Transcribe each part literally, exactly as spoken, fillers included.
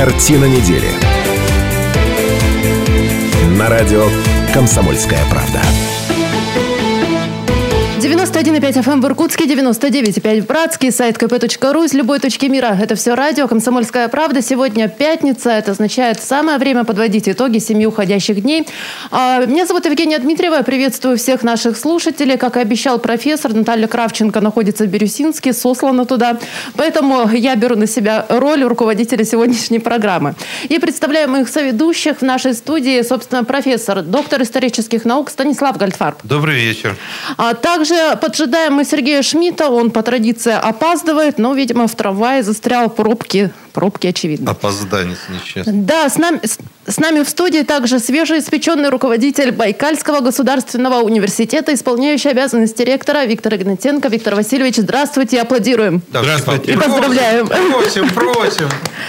Картина недели. На радио «Комсомольская правда». девяносто один и пять эф эм в Иркутске, девяносто девять и пять в Братске, сайт ка пэ точка ру, из любой точки мира. Это все радио «Комсомольская правда». Сегодня пятница, это означает самое время подводить итоги семи уходящих дней. Меня зовут Евгения Дмитриева, приветствую всех наших слушателей. Как и обещал профессор, Наталья Кравченко находится в Бирюсинске, сослана туда. Поэтому я беру на себя роль руководителя сегодняшней программы. И представляю моих соведущих в нашей студии, собственно, профессор, доктор исторических наук Станислав Гольдфарб. Добрый вечер. А также поджидаем мы Сергея Шмидта. Он по традиции опаздывает, но, видимо, в трамвае застрял пробки. Пробки, очевидно. Опозданец несчастный. Да, с нами, с, с нами в студии также свежеиспеченный руководитель Байкальского государственного университета, исполняющий обязанности ректора Виктор Игнатенко. Виктор Васильевич, здравствуйте, аплодируем. Здравствуйте. И поздравляем. Просим, просим.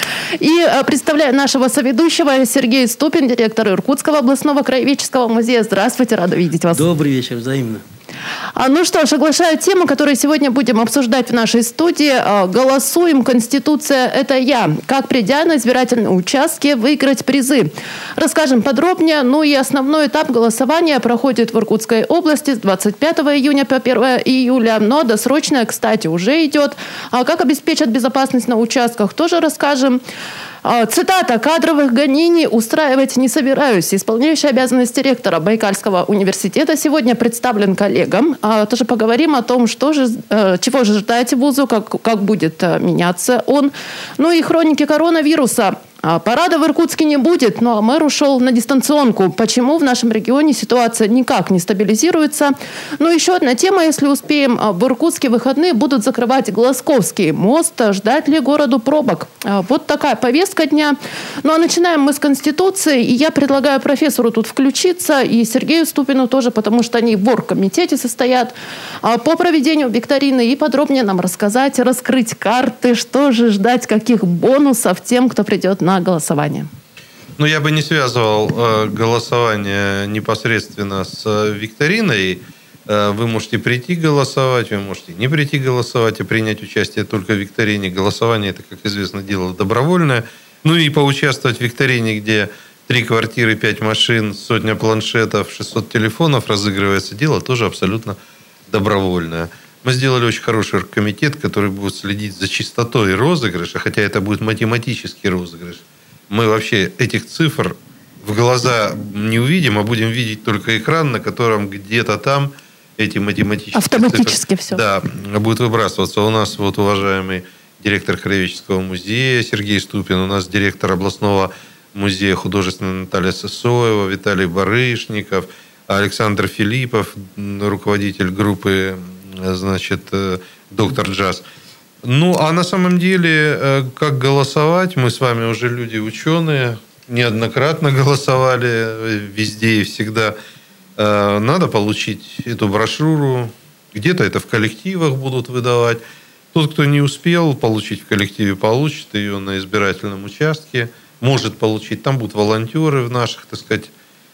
И представляю нашего соведущего Сергей Ступин, директор Иркутского областного краеведческого музея. Здравствуйте, рада видеть вас. Добрый вечер, взаимно. А, ну что ж, оглашаю тему, которую сегодня будем обсуждать в нашей студии. А, голосуем. Конституция – это я. Как, придя на избирательные участки, выиграть призы. Расскажем подробнее. Ну и основной этап голосования проходит в Иркутской области с двадцать пятого июня по первого июля. Но досрочная, кстати, уже идет. А как обеспечат безопасность на участках, тоже расскажем. Цитата. «Кадровых гонений устраивать не собираюсь». Исполняющий обязанности ректора Байкальского университета сегодня представлен коллегам. Тоже поговорим о том, что же, чего же ждать вузу, как, как будет меняться он. Ну и хроники коронавируса. Парада в Иркутске не будет, но мэр ушел на дистанционку. Почему в нашем регионе ситуация никак не стабилизируется? Ну, еще одна тема, если успеем. В Иркутске выходные будут закрывать Глазковский мост. Ждать ли городу пробок? Вот такая повестка дня. Ну, а начинаем мы с Конституции. И я предлагаю профессору тут включиться, и Сергею Ступину тоже, потому что они в оргкомитете состоят по проведению викторины, и подробнее нам рассказать, раскрыть карты, что же ждать, каких бонусов тем, кто придет на голосование. Ну, я бы не связывал э, голосование непосредственно с э, викториной. Э, вы можете прийти голосовать, вы можете не прийти голосовать и принять участие только в викторине. Голосование – это, как известно, дело добровольное. Ну и поучаствовать в викторине, где три квартиры, пять машин, сотня планшетов, шестьсот телефонов разыгрывается, дело тоже абсолютно добровольное. Мы сделали очень хороший комитет, который будет следить за чистотой розыгрыша, хотя это будет математический розыгрыш. Мы вообще этих цифр в глаза не увидим, а будем видеть только экран, на котором где-то там эти математические автоматически цифры, все. Да, будет выбрасываться. У нас вот уважаемый директор краеведческого музея Сергей Ступин, у нас директор областного музея художественного Наталья Сысоева, Виталий Барышников, Александр Филиппов, руководитель группы, значит, доктор Джаз. Ну, а на самом деле, как голосовать? Мы с вами уже люди ученые, неоднократно голосовали везде и всегда. Надо получить эту брошюру. Где-то это в коллективах будут выдавать. Тот, кто не успел получить в коллективе, получит ее на избирательном участке. Может получить. Там будут волонтеры в наших, так сказать,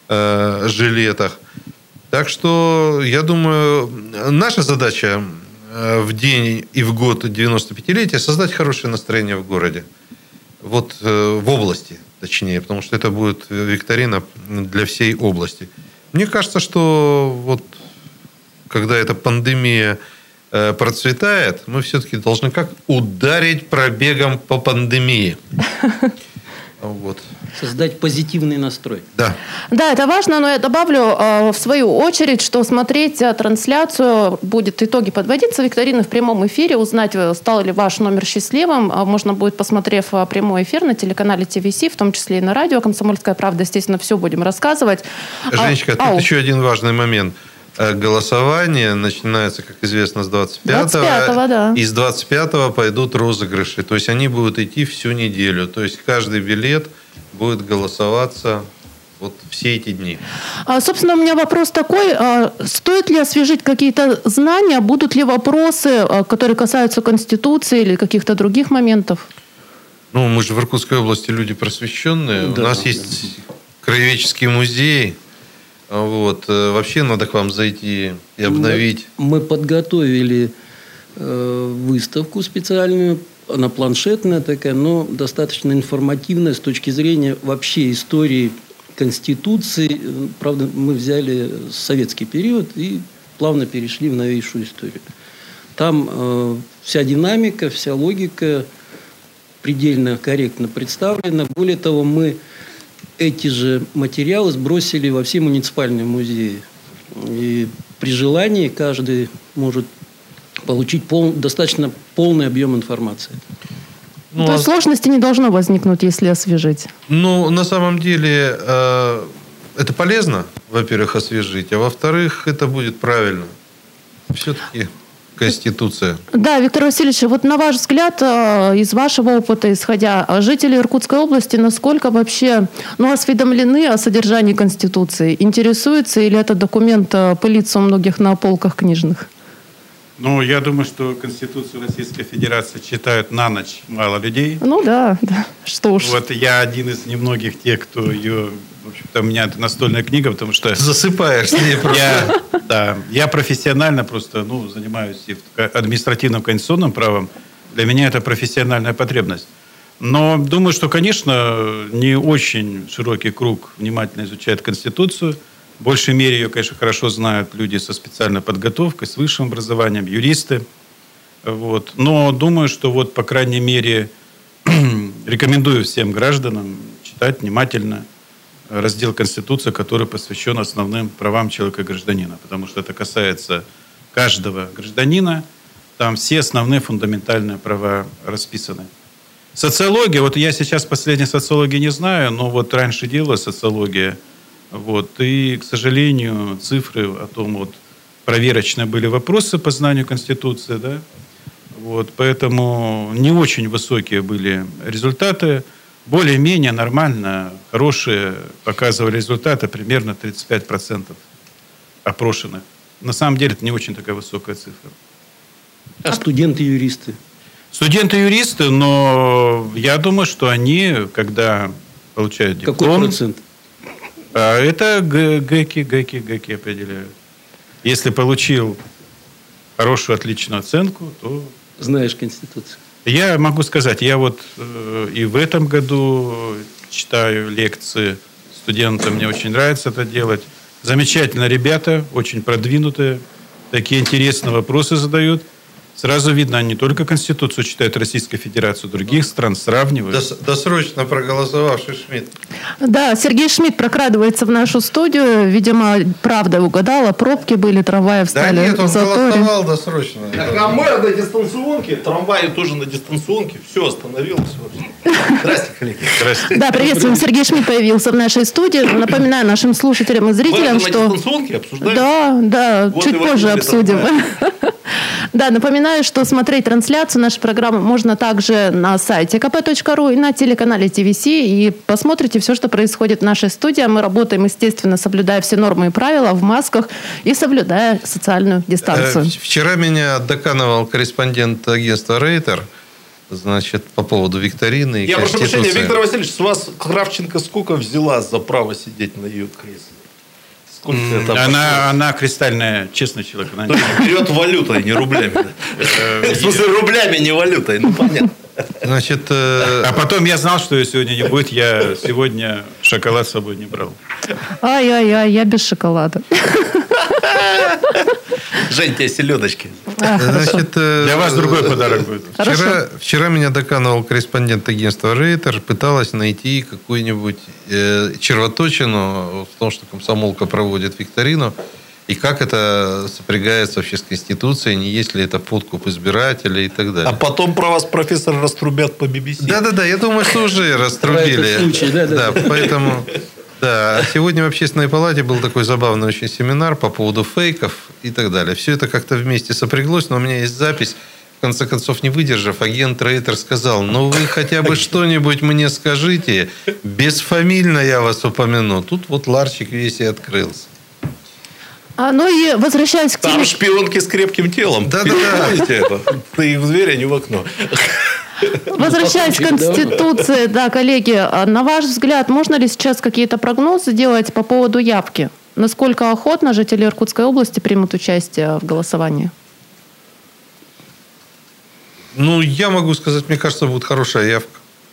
жилетах. Так что, я думаю, наша задача в день и в год девяносто-пятилетия создать хорошее настроение в городе. Вот в области, точнее, потому что это будет викторина для всей области. Мне кажется, что вот когда эта пандемия процветает, мы все-таки должны как ударить пробегом по пандемии. Вот. Создать позитивный настрой. Да. Да, это важно, но я добавлю э, в свою очередь, что смотреть э, трансляцию, будет итоги подводиться викторины в прямом эфире, узнать, стал ли ваш номер счастливым. Э, можно будет, посмотрев э, прямой эфир на телеканале ТВ Си, в том числе и на радио «Комсомольская правда». Естественно, все будем рассказывать. Женечка, а, тут ау. еще один важный момент. Голосование начинается, как известно, с двадцать пятого. двадцать пятого, да. И с двадцать пятого пойдут розыгрыши. То есть они будут идти всю неделю. То есть каждый билет будет голосоваться вот все эти дни. А, собственно, у меня вопрос такой. А, стоит ли освежить какие-то знания? Будут ли вопросы, а, которые касаются Конституции или каких-то других моментов? Ну, мы же в Иркутской области люди просвещенные. Да. У нас есть краеведческий музей. Вот. Вообще надо к вам зайти и обновить. Мы подготовили выставку специальную Она планшетная такая, но достаточно информативная с точки зрения вообще истории Конституции. Правда, мы взяли советский период и плавно перешли в новейшую историю. Там э, вся динамика, вся логика предельно корректно представлена. Более того, мы эти же материалы сбросили во все муниципальные музеи. И при желании каждый может получить пол, достаточно полный объем информации. Ну, То есть сложности не должно возникнуть, если освежить? Ну, на самом деле, э, это полезно, во-первых, освежить, а во-вторых, это будет правильно. Все-таки Конституция. Да, Виктор Васильевич, вот на ваш взгляд, из вашего опыта исходя, жители Иркутской области насколько вообще ну, осведомлены о содержании Конституции? Интересуются или этот документ пылится у многих на полках книжных? Ну, я думаю, что Конституцию Российской Федерации читают на ночь мало людей. Ну да, да. Что уж. Вот я один из немногих тех, кто ее... В общем-то, у меня это настольная книга, потому что... Засыпаешь с ней просто. Я, да, я профессионально просто ну, занимаюсь и административным конституционным правом. Для меня это профессиональная потребность. Но думаю, что, конечно, не очень широкий круг внимательно изучает Конституцию. В большей мере ее, конечно, хорошо знают люди со специальной подготовкой, с высшим образованием, юристы. Вот. Но думаю, что, вот, по крайней мере, рекомендую всем гражданам читать внимательно раздел Конституции, который посвящен основным правам человека и гражданина. Потому что это касается каждого гражданина. Там все основные фундаментальные права расписаны. Социология. Вот я сейчас последней социологии не знаю, но вот раньше делала социология. Вот. И, к сожалению, цифры о том, вот, проверочные были вопросы по знанию Конституции, да? Вот. Поэтому не очень высокие были результаты. Более-менее нормально, хорошие показывали результаты, примерно тридцать пять процентов опрошенных. На самом деле это не очень такая высокая цифра. А студенты-юристы? Студенты-юристы, но я думаю, что они, когда получают диплом... Какой процент? Это ГЭКи, ГЭКи, ГЭКи определяют. Если получил хорошую, отличную оценку, то... Знаешь Конституцию. Я могу сказать, я вот э, и в этом году читаю лекции студентам, мне очень нравится это делать. Замечательно ребята, очень продвинутые, такие интересные вопросы задают. Сразу видно, они не только Конституцию читают Российской Федерации, других стран сравнивают. Дос- досрочно проголосовавший Шмидт. Да, Сергей Шмидт прокрадывается в нашу студию. Видимо, правда угадала. Пробки были, трамваи встали. Да нет, он в заторе. голосовал досрочно. Так, а мэр на дистанционке, трамваи тоже на дистанционке, все остановилось вообще. Здрасте, коллеги. Здрасте. Да, приветствуем. Сергей Шмидт появился в нашей студии. Напоминаю нашим слушателям и зрителям, Мэр что... на дистанционке обсуждаем? Да, да, Вот чуть и позже возникли обсудим. трамваи. Да, напоминаю, что смотреть трансляцию нашей программы можно также на сайте ка пэ точка ру и на телеканале Ти Ви Си. И посмотрите все, что происходит в нашей студии. Мы работаем, естественно, соблюдая все нормы и правила, в масках и соблюдая социальную дистанцию. Вчера меня доканывал корреспондент агентства «Рейтер», значит, по поводу викторины и Я прошу Конституции. прощения, Виктор Васильевич, с вас Кравченко сколько взяла за право сидеть на ее кресле? Сколько это Она, она кристальная, честный человек. Она... берет валютой, не рублями. В смысле, рублями, не валютой. Ну, понятно. Значит, э, А потом я знал, что ее сегодня не будет. Я сегодня шоколад с собой не брал. Ай-яй-яй, я без шоколада. Жень, тебе селедочки. значит, э, Для вас другой подарок будет. Вчера, вчера меня доканывал корреспондент агентства «Рейтер», пыталась найти какую-нибудь э, червоточину в том, что комсомолка проводит викторину, и как это сопрягается вообще с Конституцией, не есть ли это подкуп избирателей и так далее. А потом про вас, профессор, раструбят по Би Би Си. Да-да-да, я думаю, что уже раструбили. Про этот случай, да-да. Да, поэтому... Да, сегодня в Общественной палате был такой забавный очень семинар по поводу фейков и так далее. Все это как-то вместе сопряглось, но у меня есть запись. В конце концов, не выдержав, агент Рейтер сказал: ну вы хотя бы что-нибудь мне скажите, бесфамильно я вас упомяну. Тут вот ларчик весь и открылся. А, ну и возвращаясь к теме... Там шпионки с крепким телом. Да-да-да. Видите это? Ты в дверь, а не в окно. Возвращаясь к Конституции, да, коллеги, на ваш взгляд, можно ли сейчас какие-то прогнозы делать по поводу явки? Насколько охотно жители Иркутской области примут участие в голосовании? Ну, я могу сказать, мне кажется, будет хорошая явка.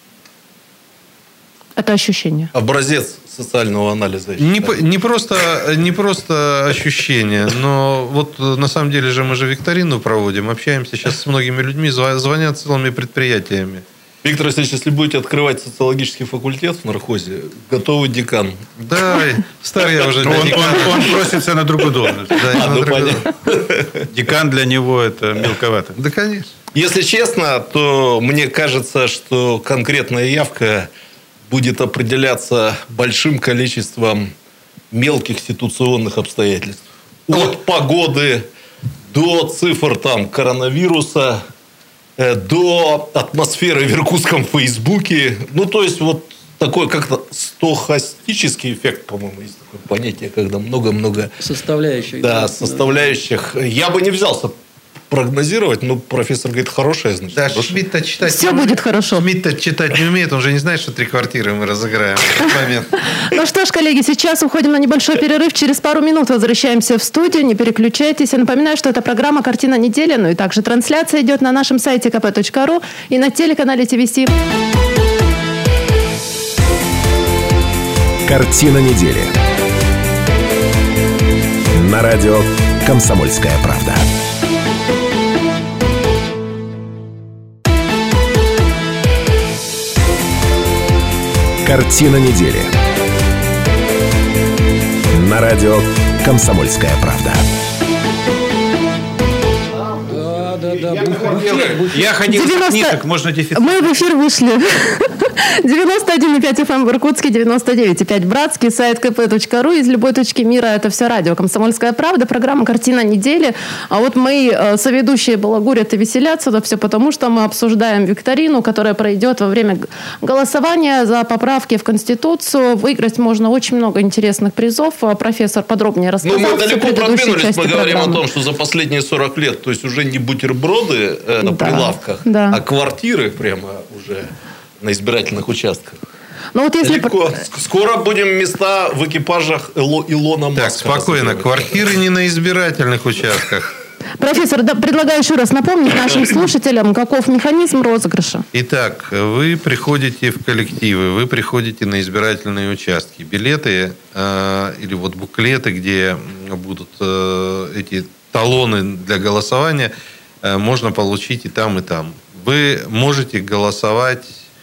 Это ощущение. Образец социального анализа. Не, не, просто, не просто ощущение, но вот на самом деле же мы же викторину проводим, общаемся сейчас с многими людьми, звонят целыми предприятиями. Виктор Васильевич, если будете открывать социологический факультет в нархозе, готовый декан. Да, стар я уже. Он, он, он просится на другую должность. Да, а, на ну, другую. Декан для него это мелковато. Да, конечно. Если честно, то мне кажется, что конкретная явка будет определяться большим количеством мелких ситуационных обстоятельств. От погоды до цифр там, коронавируса, до атмосферы в иркутском Фейсбуке. Ну, то есть, вот такой как-то стохастический эффект, по-моему, есть такое понятие, когда много-много... Составляющих. Да, да, составляющих. Я бы не взялся прогнозировать, но профессор говорит, хорошая, значит. Да, Шмидт-то читать Все не будет хорошо. Шмидт-то читать не умеет, он же не знает, что три квартиры мы разыграем в этот момент. Ну что ж, коллеги, сейчас уходим на небольшой перерыв. Через пару минут возвращаемся в студию. Не переключайтесь. Я напоминаю, что это программа «Картина недели», ну и также трансляция идет на нашем сайте ка пэ точка ру и на телеканале ТВ Си. Картина недели. На радио «Комсомольская правда». Картина недели. На радио «Комсомольская правда». Да, да, да. Я ходил девяносто... с ниток, можно дефицит. Мы в эфир вышли. девяносто один и пять эф эм в Иркутске, девяносто девять и пять в Братске, сайт ка пэ точка ру. Из любой точки мира это все радио «Комсомольская правда», программа «Картина недели». А вот мои э, соведущие балагурят и веселятся. Это все потому, что мы обсуждаем викторину, которая пройдет во время голосования за поправки в Конституцию. Выиграть можно очень много интересных призов. Профессор подробнее рассказал. Ну, мы далеко продвинулись, мы говорим программы. о том, что за последние сорок лет, то есть уже не бутерброды э, на Да, прилавках, да. а квартиры прямо уже на избирательных участках. Ну, вот если... Легко. Скоро будем места в экипажах Ило, Илона Маска. Так, спокойно. Квартиры не на избирательных участках. Профессор, да, предлагаю еще раз напомнить нашим слушателям, каков механизм розыгрыша. Итак, вы приходите в коллективы, вы приходите на избирательные участки. Билеты э, или вот буклеты, где будут э, эти талоны для голосования, э, можно получить и там, и там. Вы можете голосовать,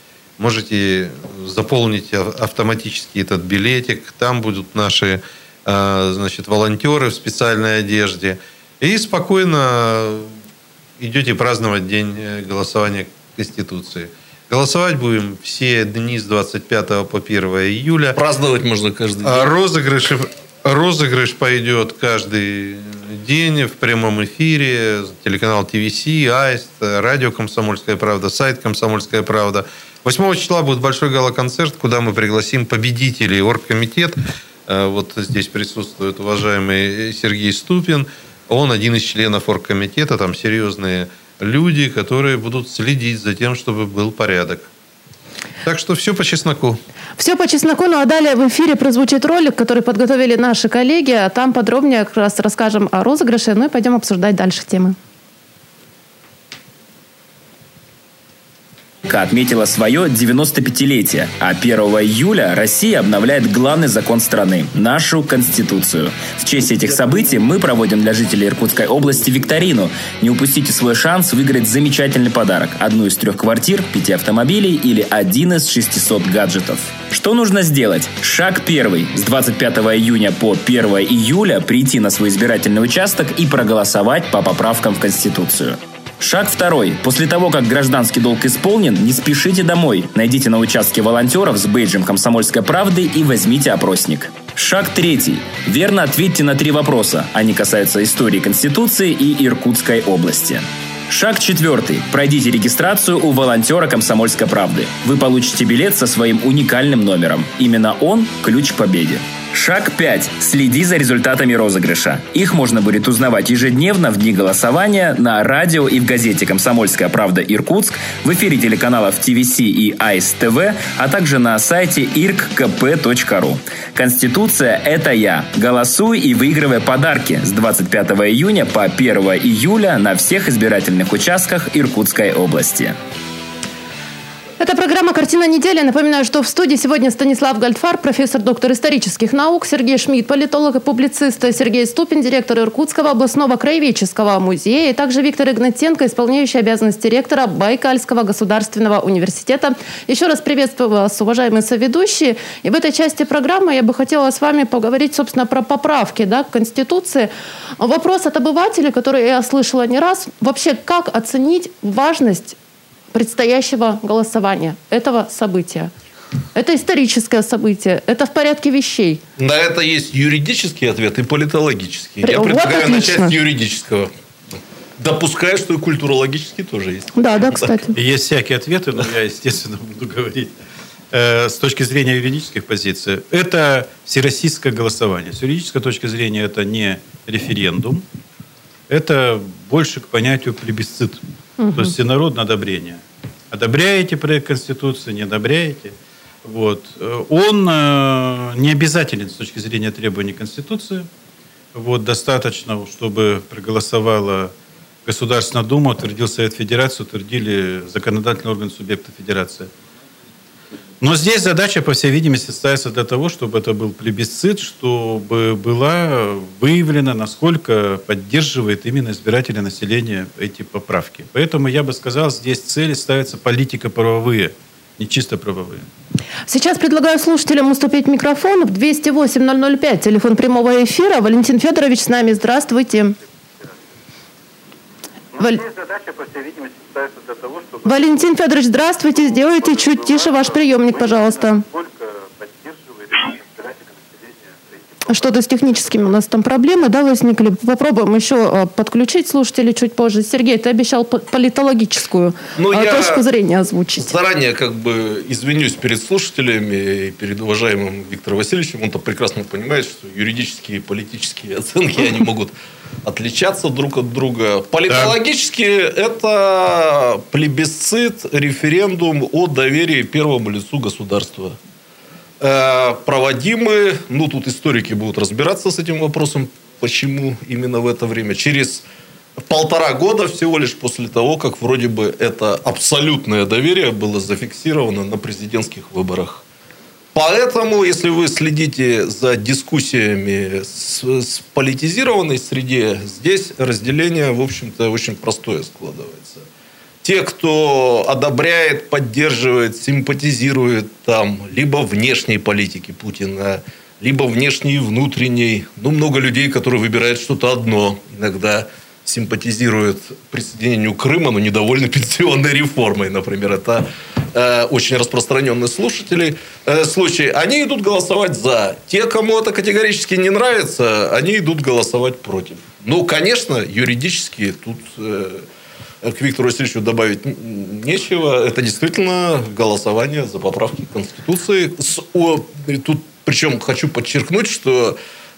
можете заполнить автоматически этот билетик. Там будут наши э, значит, волонтеры в специальной одежде. И спокойно идете праздновать день голосования Конституции. Голосовать будем все дни с двадцать пятого по первое июля. Праздновать можно каждый день. Розыгрыш, розыгрыш пойдет каждый день в прямом эфире. Телеканал ТВ Си, Аист, радио «Комсомольская правда», сайт «Комсомольская правда». восьмого числа будет большой гала-концерт, куда мы пригласим победителей. Оргкомитет. Вот здесь присутствует уважаемый Сергей Ступин. Он один из членов оргкомитета. Там серьезные люди, которые будут следить за тем, чтобы был порядок. Так что все по чесноку. Все по чесноку. Ну а далее в эфире прозвучит ролик, который подготовили наши коллеги. А там подробнее как раз расскажем о розыгрыше. Ну и пойдем обсуждать дальше темы. Отметила свое девяностопятилетие, а первого июля Россия обновляет главный закон страны – нашу Конституцию. В честь этих событий мы проводим для жителей Иркутской области викторину. Не упустите свой шанс выиграть замечательный подарок – одну из трех квартир, пяти автомобилей или один из шестисот гаджетов. Что нужно сделать? Шаг первый. С двадцать пятого июня по первого июля прийти на свой избирательный участок и проголосовать по поправкам в Конституцию. Шаг второй. После того, как гражданский долг исполнен, не спешите домой. Найдите на участке волонтеров с бейджем «Комсомольской правды» и возьмите опросник. Шаг третий. Верно ответьте на три вопроса. Они касаются истории Конституции и Иркутской области. Шаг четвертый. Пройдите регистрацию у волонтера «Комсомольской правды». Вы получите билет со своим уникальным номером. Именно он – ключ к победе. Шаг пять. Следи за результатами розыгрыша. Их можно будет узнавать ежедневно в дни голосования на радио и в газете «Комсомольская правда. Иркутск», в эфире телеканалов Ти Ви Си и Айс Тэ Вэ, а также на сайте ир ка пэ точка ру. Конституция – это я. Голосуй и выигрывай подарки с двадцать пятого июня по первого июля на всех избирательных участках Иркутской области. Это программа «Картина недели». Напоминаю, что в студии сегодня Станислав Гольдфарб, профессор, доктор исторических наук, Сергей Шмидт, политолог и публицист, Сергей Ступин, директор Иркутского областного краеведческого музея, и также Виктор Игнатенко, исполняющий обязанности ректора Байкальского государственного университета. Еще раз приветствую вас, уважаемые соведущие. И в этой части программы я бы хотела с вами поговорить, собственно, про поправки, да, к Конституции. Вопрос от обывателей, который я слышала не раз. Вообще, как оценить важность предстоящего голосования, этого события? Это историческое событие, это в порядке вещей. На это есть юридический ответ и политологический. При... Я вот предлагаю отлично. начать с юридического. Допускаю, что и культурологический тоже есть. Да, да, кстати. Есть всякие ответы, но я, естественно, буду говорить э, с точки зрения юридических позиций. Это всероссийское голосование. С юридической точки зрения это не референдум, это больше к понятию плебисцит. Угу. То есть всенародное одобрение. Одобряете проект Конституции, не одобряете. Вот. Он э, не обязателен с точки зрения требований Конституции. Вот. Достаточно, чтобы проголосовала Государственная Дума, утвердил Совет Федерации, утвердили законодательный орган субъекта Федерации. Но здесь задача, по всей видимости, ставится для того, чтобы это был плебисцит, чтобы была выявлена, насколько поддерживает именно избиратели населения эти поправки. Поэтому я бы сказал, здесь цели ставятся политико-правовые, не чисто правовые. Сейчас предлагаю слушателям уступить микрофон. двести восемь ноль ноль пять, телефон прямого эфира. Валентин Федорович с нами. Здравствуйте. Валь... Задача, по всей видимости, ставится для того, чтобы... Валентин Федорович, здравствуйте. Сделайте чуть тише ваш приемник, пожалуйста. Что-то с техническими у нас там проблемы, да, возникли. Попробуем еще подключить слушателей чуть позже. Сергей, ты обещал политологическую ну, точку зрения озвучить. Заранее как бы извинюсь перед слушателями и перед уважаемым Виктором Васильевичем. Он-то прекрасно понимает, что юридические и политические оценки, они могут отличаться друг от друга. Политологически да. Это плебисцит, референдум о доверии первому лицу государства. Проводимы, ну тут историки будут разбираться с этим вопросом, почему именно в это время. Через полтора года всего лишь после того, как вроде бы это абсолютное доверие было зафиксировано на президентских выборах. Поэтому, если вы следите за дискуссиями с, с политизированной среде, здесь разделение, в общем-то, очень простое складывается. Те, кто одобряет, поддерживает, симпатизирует там либо внешней политики Путина, либо внешней и внутренней. Ну, много людей, которые выбирают что-то одно. Иногда симпатизируют присоединению Крыма, но недовольны пенсионной реформой, например. Это э, очень распространенные слушатели, э, случаи. Они идут голосовать за. Те, кому это категорически не нравится, они идут голосовать против. Ну, конечно, юридически тут... Э, к Виктору Васильевичу добавить нечего. Это действительно голосование за поправки к Конституции. С, о, тут, причем, хочу подчеркнуть, что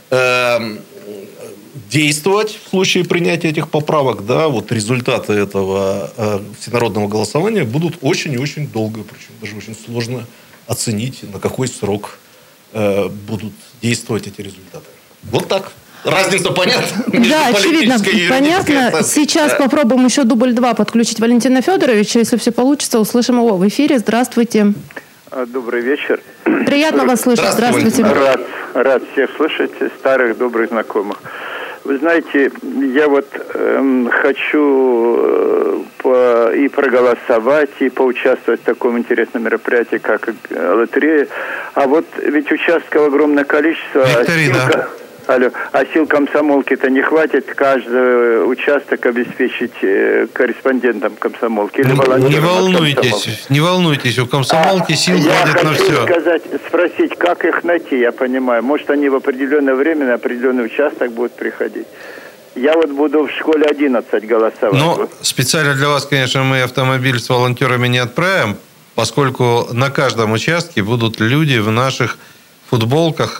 э, действовать в случае принятия этих поправок, да, вот результаты этого э, всенародного голосования будут очень и очень долго. Причем даже очень сложно оценить, на какой срок э, будут действовать эти результаты. Вот так. Разница понятна? Да, очевидно, понятно. Сейчас да. попробуем еще дубль два подключить Валентина Федоровича. Если все получится, услышим его в эфире. Здравствуйте. Добрый вечер. Приятно вас слышать. Здравствуйте. Рад, рад всех слышать, старых добрых знакомых. Вы знаете, я вот э, хочу э, по, и проголосовать, и поучаствовать в таком интересном мероприятии, как лотерея. А вот ведь участков огромное количество. Викторина. Алло, а сил комсомолки-то не хватит каждый участок обеспечить э, корреспондентам комсомолки? Или не, не волнуйтесь, не волнуйтесь, у комсомолки а, сил хватит на все. Я хочу сказать, спросить, как их найти, я понимаю. Может, они в определенное время на определенный участок будут приходить. Я вот буду в школе одиннадцать голосовать. Ну, специально для вас, конечно, мы автомобиль с волонтерами не отправим, поскольку на каждом участке будут люди в наших футболках,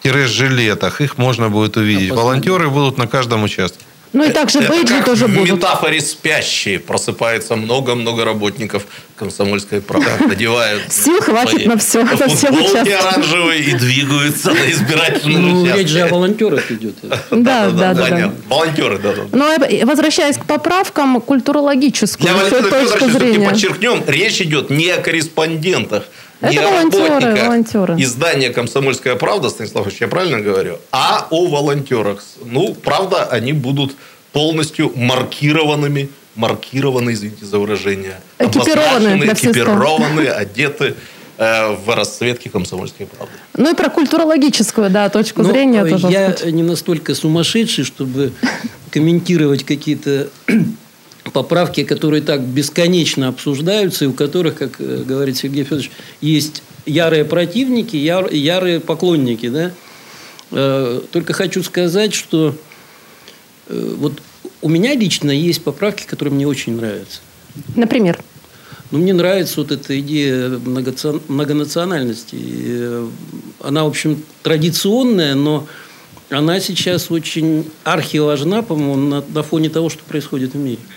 жилетах. Их можно будет увидеть. Волонтеры будут на каждом участке. Ну и также бейджи тоже будут. В метафоре спящие просыпается много-много работников «Комсомольской правды». Надевают сил хватит на все. На все футболки оранжевые и двигаются на избирательные ну, участки. Речь же о волонтерах идет. Да, да, да. Понятно. Волонтеры, да. Но возвращаясь к поправкам, культурологическую точку зрения. Подчеркнем, речь идет не о корреспондентах. Это не волонтеры, работниках волонтеры. Издания «Комсомольская правда», Станислав Ильич, я правильно говорю, а о волонтерах. Ну, правда, они будут полностью маркированными, маркированы, извините за выражение, экипированы, экипированы, одеты э, в расцветке «Комсомольской правды». Ну и про культурологическую, да, точку Но зрения тоже. Я сказать. не настолько сумасшедший, чтобы комментировать какие-то поправки, которые так бесконечно обсуждаются, и у которых, как говорит Сергей Федорович, есть ярые противники, яр, ярые поклонники. Да? Только хочу сказать, что вот у меня лично есть поправки, которые мне очень нравятся. Например? Ну, мне нравится вот эта идея многонациональности. Она, в общем, традиционная, но она сейчас очень архиважна, по-моему, на, на фоне того, что происходит в мире.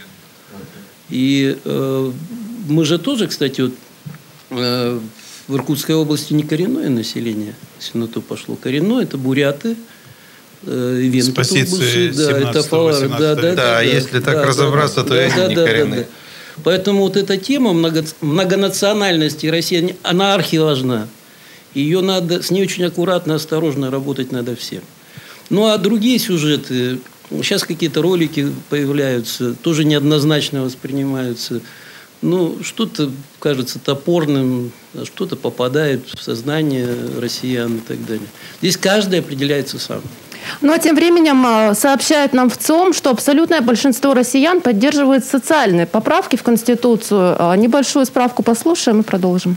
И э, мы же тоже, кстати, вот, э, в Иркутской области не коренное население, если на то пошло. Коренное – это буряты, э, венки, с позиции да, это фалары. Да, да, да, да, если да, так да, разобраться, да, то да, и да, не да, коренные. Да, да. Поэтому вот эта тема много, многонациональности России, она архиважна. Ее надо, с ней очень аккуратно, осторожно работать надо всем. Ну, а другие сюжеты, сейчас какие-то ролики появляются, тоже неоднозначно воспринимаются. Ну, что-то кажется топорным, а что-то попадает в сознание россиян и так далее. Здесь каждый определяется сам. Ну, а тем временем сообщает нам ВЦИОМ, что абсолютное большинство россиян поддерживает социальные поправки в Конституцию. Небольшую справку послушаем и продолжим.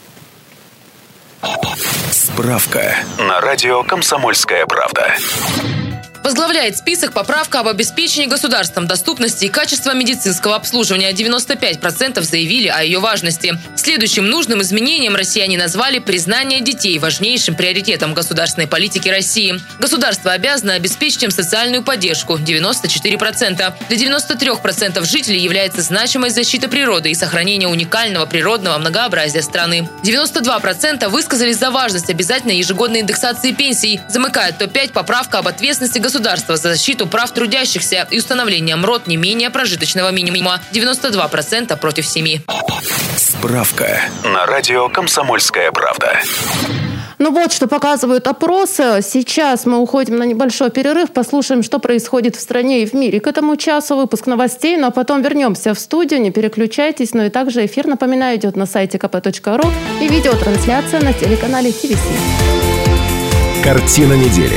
Справка на радио «Комсомольская правда». Возглавляет список поправка об обеспечении государством доступности и качества медицинского обслуживания. девяносто пять процентов заявили о ее важности. Следующим нужным изменением россияне назвали признание детей важнейшим приоритетом государственной политики России. Государство обязано обеспечить им социальную поддержку – девяносто четыре процента. Для девяноста трёх процентов жителей является значимой защита природы и сохранение уникального природного многообразия страны. девяносто два процента высказались за важность обязательной ежегодной индексации пенсий. Замыкает топ пять поправка об ответственности государства государства за защиту прав трудящихся и установление МРОТ не менее прожиточного минимума. девяносто два процента против семи. Справка на радио «Комсомольская правда». Ну вот, что показывают опросы. Сейчас мы уходим на небольшой перерыв, послушаем, что происходит в стране и в мире. К этому часу выпуск новостей, но потом вернемся в студию, не переключайтесь. Ну и также эфир, напоминаю, идет на сайте ка пэ точка ру и видеотрансляция на телеканале ти ви си. Картина недели.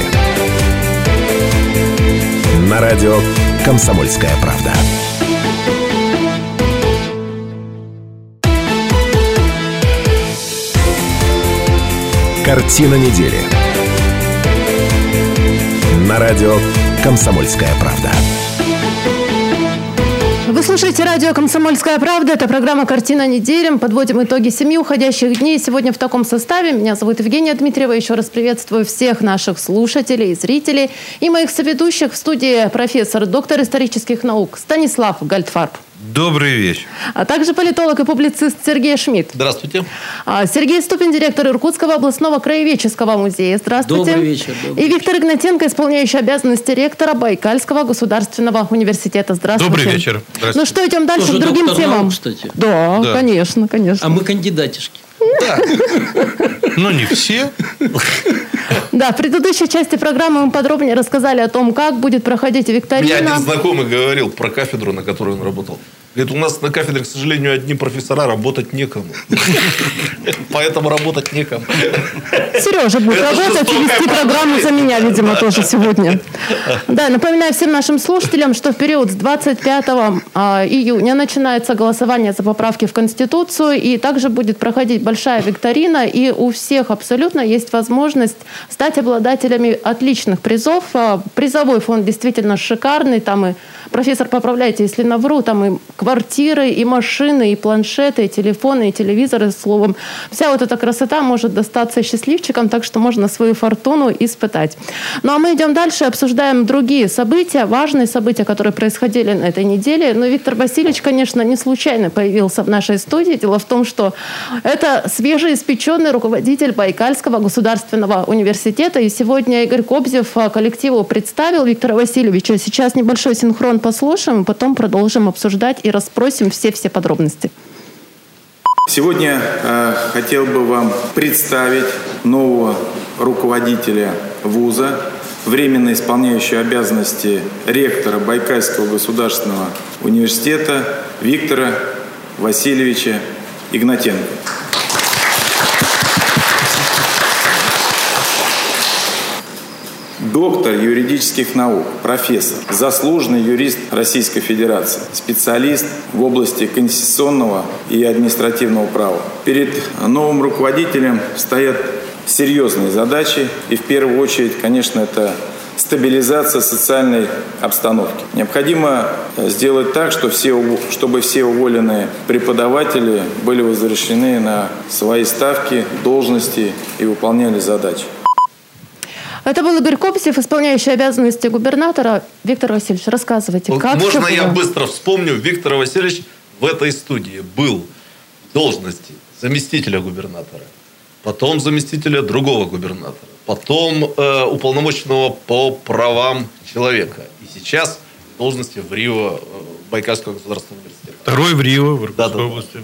На радио «Комсомольская правда». Картина недели. На радио «Комсомольская правда». Вы слушаете радио «Комсомольская правда». Это программа «Картина недели». Мы подводим итоги семи уходящих дней. Сегодня в таком составе. Меня зовут Евгения Дмитриева. Еще раз приветствую всех наших слушателей и зрителей. И моих соведущих в студии профессор, доктор исторических наук Станислав Гальдфарб. Добрый вечер. А также политолог и публицист Сергей Шмидт. Здравствуйте. Сергей Ступин, директор Иркутского областного краеведческого музея. Здравствуйте. Добрый вечер. Добрый и Виктор Игнатенко, исполняющий обязанности ректора Байкальского государственного университета. Здравствуйте. Добрый вечер. Ну что, идем дальше Тоже к другим доктор темам. наук, кстати. Да, Да. конечно, конечно. А мы кандидатишки. Да. Ну, не все. Да, в предыдущей части программы мы подробнее рассказали о том, как будет проходить Мне викторина. один знакомый говорил про кафедру, на которой он работал. Говорит, у нас на кафедре, к сожалению, одни профессора, работать некому. Поэтому работать некому. Сережа будет Это работать и жестокая вести программу за меня, видимо, тоже сегодня. Да, напоминаю всем нашим слушателям, что в период с двадцать пятого июня начинается голосование за поправки в Конституцию, и также будет проходить большая викторина, и у всех абсолютно есть возможность стать обладателями отличных призов. Призовой фонд действительно шикарный, там и, профессор, поправляйте, если навру, там и квартиры, и машины, и планшеты, и телефоны, и телевизоры, словом. Вся вот эта красота может достаться счастливчикам, так что можно свою фортуну испытать. Ну а мы идем дальше, обсуждаем другие события, важные события, которые происходили на этой неделе. Но Виктор Васильевич, конечно, не случайно появился в нашей студии. Дело в том, что это свежеиспеченный руководитель Байкальского государственного университета. И сегодня Игорь Кобзев коллективу представил Виктора Васильевича. Сейчас небольшой синхрон послушаем, потом продолжим обсуждать и расспросим все-все подробности. Сегодня э, хотел бы вам представить нового руководителя вуза, временно исполняющего обязанности ректора Байкальского государственного университета Виктора Васильевича Игнатенко. Доктор юридических наук, профессор, заслуженный юрист Российской Федерации, специалист в области конституционного и административного права. Перед новым руководителем стоят серьезные задачи, и в первую очередь, конечно, это стабилизация социальной обстановки. Необходимо сделать так, что все, чтобы все уволенные преподаватели были возвращены на свои ставки, должности и выполняли задачи. Это был Игорь Кобзев, исполняющий обязанности губернатора. Виктор Васильевич, рассказывайте, вот как можно все я было? быстро вспомню? Виктор Васильевич в этой студии был в должности заместителя губернатора, потом заместителя другого губернатора, потом э, уполномоченного по правам человека. И сейчас в должности в РИО э, Байкальского государственного университета. Второй в РИО, в Иркутской области.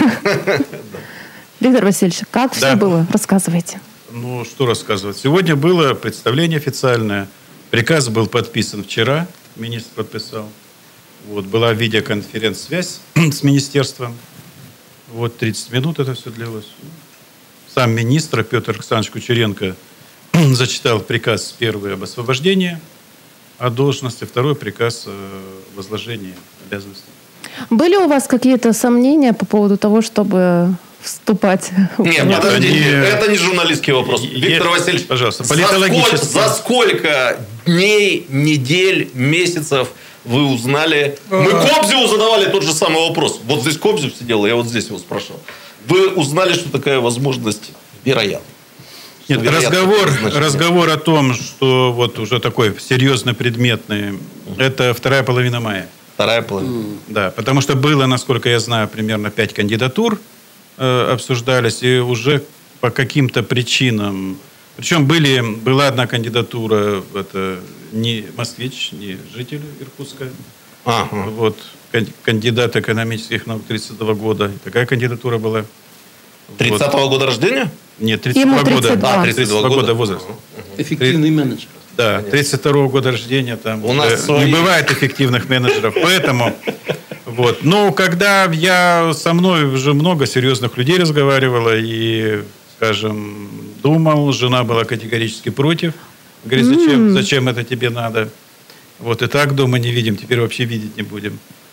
Виктор Васильевич, как все было? Рассказывайте. Ну, что рассказывать. Сегодня было представление официальное. Приказ был подписан вчера. Министр подписал. Вот, была видеоконференц-связь с министерством. Вот тридцать минут это все длилось. Сам министр Петр Александрович Кучеренко зачитал приказ первый об освобождении от должности, второй приказ о возложении обязанностей. Были у вас какие-то сомнения по поводу того, чтобы вступать? Нет, подожди, не... это не журналистский вопрос. Есть, Виктор Васильевич, пожалуйста, за сколько, за сколько дней, недель, месяцев вы узнали? Мы Кобзеву задавали тот же самый вопрос. Вот здесь Кобзев сидел, я вот здесь его спрашивал. Вы узнали, что такая возможность вероятна? Нет, разговор, разговор о том, что вот уже такой серьезно предметный, uh-huh. это вторая половина мая. Вторая половина. Uh-huh. Да, потому что было, насколько я знаю, примерно пять кандидатур э, обсуждались, и уже по каким-то причинам, причем были, была одна кандидатура, это не москвич, не житель Иркутска, uh-huh. вот, кандидат экономических наук тридцатого года, такая кандидатура была. тридцатого вот. года рождения? Нет, тридцатого года. А, тридцатого года возраст. Эффективный менеджер. Да, тридцать второго года рождения. Там у нас свои... не бывает эффективных менеджеров. Поэтому, вот. Но когда я со мной уже много серьезных людей разговаривала и, скажем, думал, жена была категорически против. Говорит, зачем, mm. зачем это тебе надо? Вот и так дома не видим, теперь вообще видеть не будем.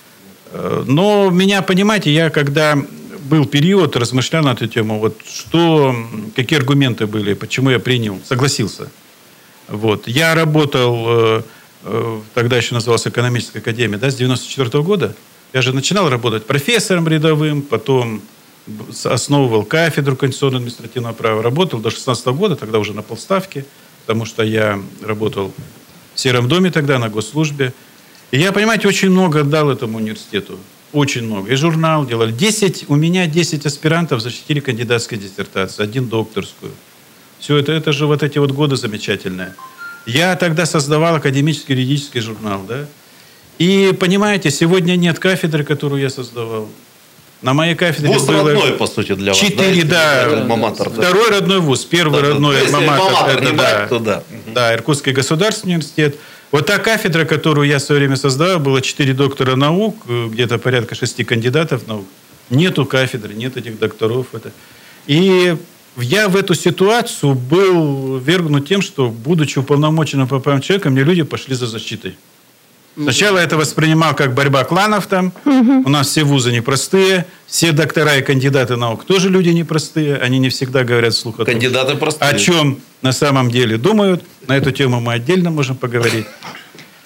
Но меня, понимаете, я когда... был период, размышлял на эту тему, вот что, какие аргументы были, почему я принял, согласился. Вот. Я работал, э, тогда еще назывался экономическая академия, да, с девяносто четвёртого года. Я же начинал работать профессором рядовым, потом основывал кафедру конституционного административного права, работал до шестнадцатого года, тогда уже на полставке, потому что я работал в Сером доме тогда, на госслужбе. И я, понимаете, очень много отдал этому университету. Очень много. И журнал делали. десять, у меня десять аспирантов защитили кандидатскую диссертацию, один докторскую. Все это, это же вот эти вот годы замечательные. Я тогда создавал академический юридический журнал, да. И, понимаете, сегодня нет кафедры, которую я создавал. На моей кафедре вуз было... родной, по сути, для вас. Четыре, да. да. Альма-матер, да. Второй родной вуз. Первый да, родной да. альма-матер. Это, да. То, да. да, Иркутский государственный университет. Вот та кафедра, которую я в свое время создавал, было четыре доктора наук, где-то порядка шести кандидатов наук. Нету кафедры, нет этих докторов. Это. И я в эту ситуацию был ввергнут тем, что, будучи уполномоченным по правам человека, мне люди пошли за защитой. Сначала я это воспринимал как борьба кланов там. Угу. У нас все вузы непростые, все доктора и кандидаты наук тоже люди непростые. Они не всегда говорят вслух о том, кандидаты простые. О чем на самом деле думают. На эту тему мы отдельно можем поговорить.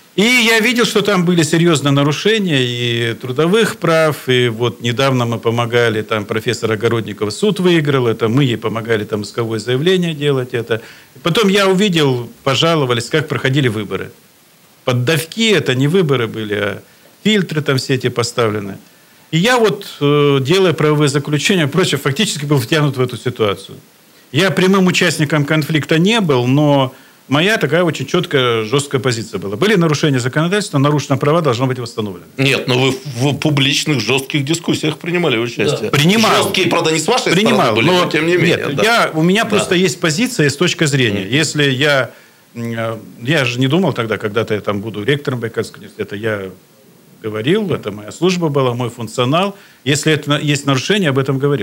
И я видел, что там были серьезные нарушения и трудовых прав, и вот недавно мы помогали, там профессор Огородникова суд выиграл, это мы ей помогали там исковое заявление делать это. Потом я увидел, пожаловались, как проходили выборы. Поддавки, это не выборы были, а фильтры там все эти поставлены. И я вот, делая правовые заключения, прочее, фактически был втянут в эту ситуацию. Я прямым участником конфликта не был, но моя такая очень четкая, жесткая позиция была. Были нарушения законодательства, нарушены права, должно быть восстановлено. Нет, но вы в публичных жестких дискуссиях принимали участие. Да. Принимал. Жесткие, правда, не с вашей Принимал, стороны были, но, но тем не менее. Нет, да. я, у меня да. просто есть позиция, есть точка зрения. Mm-hmm. Если я... Я же не думал тогда, когда-то я там буду ректором Байкальского университета, я говорил, это моя служба была, мой функционал. Если это есть нарушение, об этом говорил.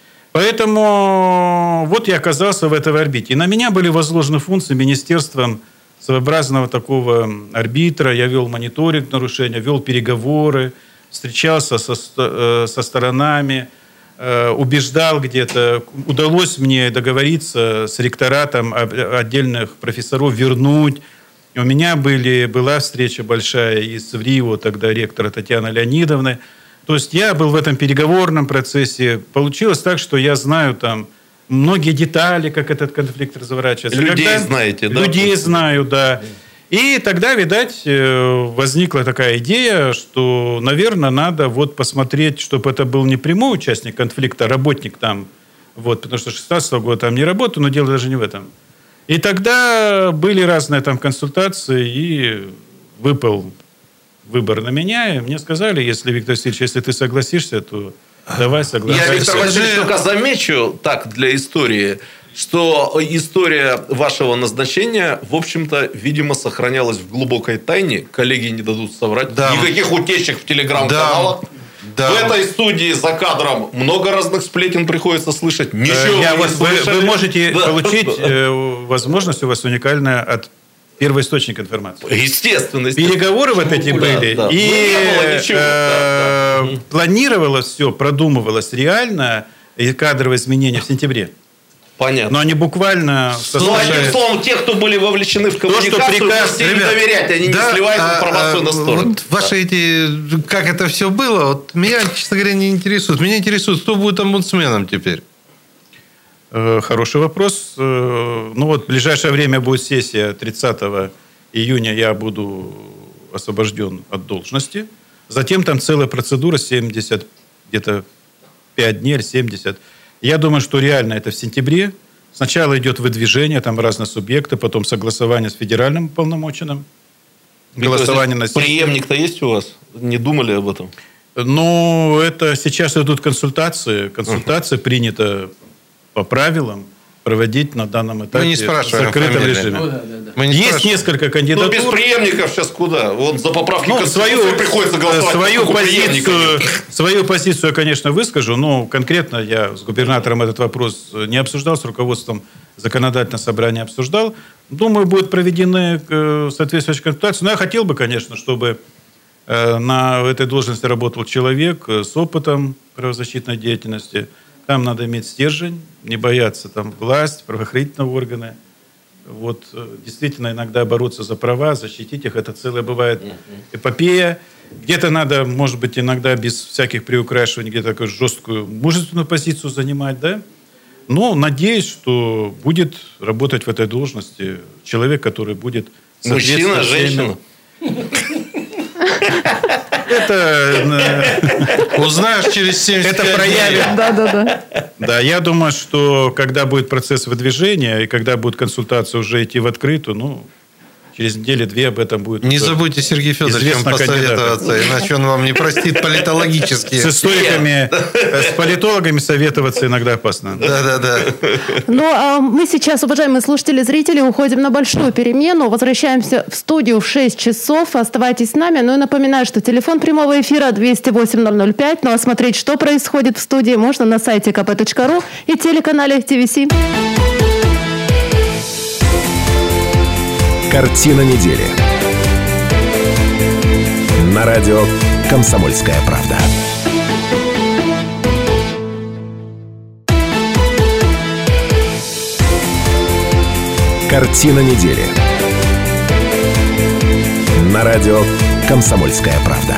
Поэтому вот я оказался в этой орбите. И на меня были возложены функции министерством своеобразного такого арбитра. Я вел мониторинг нарушения, вел переговоры, встречался со, со сторонами, убеждал где-то. Удалось мне договориться с ректоратом отдельных профессоров вернуть. У меня были, была встреча большая и с ВРИО, тогда ректора Татьяны Леонидовны. То есть я был в этом переговорном процессе. Получилось так, что я знаю там многие детали, как этот конфликт разворачивается. Людей Когда... знаете, да? Людей знаю, да. И тогда, видать, возникла такая идея, что, наверное, надо вот посмотреть, чтобы это был не прямой участник конфликта, а работник там. Вот, потому что с шестнадцатого года там не работаю, но дело даже не в этом. И тогда были разные там консультации, и выпал выбор на меня. И мне сказали, если, Виктор Васильевич, если ты согласишься, то давай согласись. Я, Виктор Васильевич, только замечу, так, для истории, что история вашего назначения, в общем-то, видимо, сохранялась в глубокой тайне. Коллеги не дадут соврать. Да. Никаких утечек в телеграм-каналах. Да. Да. В этой студии за кадром много разных сплетен приходится слышать. Ничего Я вы, вас, не вы, вы можете да. получить э, возможность, у вас уникальная от первоисточника информации. Естественно. естественно. Переговоры вот эти да, были. Да. И э, э, да, да. планировалось все, продумывалось реально, и кадровые изменения в сентябре. Понятно. Но они буквально... Ну, одним словом, те, кто были вовлечены в коммуникацию, то, что приказ... можете им доверять, они да, не сливают а, информацию а, на сторону. Вот да. ваши эти... Как это все было, вот меня, честно говоря, не интересует. Меня интересует, кто будет омбудсменом теперь? Хороший вопрос. Ну, вот в ближайшее время будет сессия. тридцатого июня я буду освобожден от должности. Затем там целая процедура, семьдесят, где-то пять дней, семьдесят. Я думаю, что реально это в сентябре. Сначала идет выдвижение, там разные субъекты, потом согласование с федеральным уполномоченным. Голосование на сессии. Преемник-то есть у вас? Не думали об этом? Ну, это сейчас идут консультации. Консультации uh-huh. принято по правилам проводить на данном этапе в закрытом режиме. Ну, да, да, да. Мы не Есть спрашиваем. Несколько кандидатур. Ну, без преемников сейчас куда? Вот за поправки ну, Конституции свою, приходится голосовать. Свою позицию, свою позицию я, конечно, выскажу, но конкретно я с губернатором этот вопрос не обсуждал, с руководством законодательного собрания обсуждал. Думаю, будут проведены соответствующие консультации. Но я хотел бы, конечно, чтобы на этой должности работал человек с опытом правозащитной деятельности. Там надо иметь стержень, не бояться там власть, правоохранительные органы. Вот действительно иногда бороться за права, защитить их, это целая бывает эпопея. Где-то надо, может быть, иногда без всяких приукрашиваний, где-то такую жесткую, мужественную позицию занимать, да? Но надеюсь, что будет работать в этой должности человек, который будет... Мужчина, женщина? Это узнаешь через семьдесят пять это проявит. Да, да, да. Да, я думаю, что когда будет процесс выдвижения и когда будет консультация уже идти в открытую, ну, через неделю-две об этом будет. Не забудьте, Сергей Федорович, посоветоваться, иначе он вам не простит политологически. С историками, с политологами советоваться иногда опасно. Да, да, да. Ну, а мы сейчас, уважаемые слушатели и зрители, уходим на большую перемену. Возвращаемся в студию в шесть часов. Оставайтесь с нами. Ну и напоминаю, что телефон прямого эфира двести восемь ноль ноль пять. Ну а смотреть, что происходит в студии, можно на сайте ка пэ точка ру и телеканале ти ви си. Картина недели. На радио «Комсомольская правда». Картина недели. На На радио «Комсомольская правда».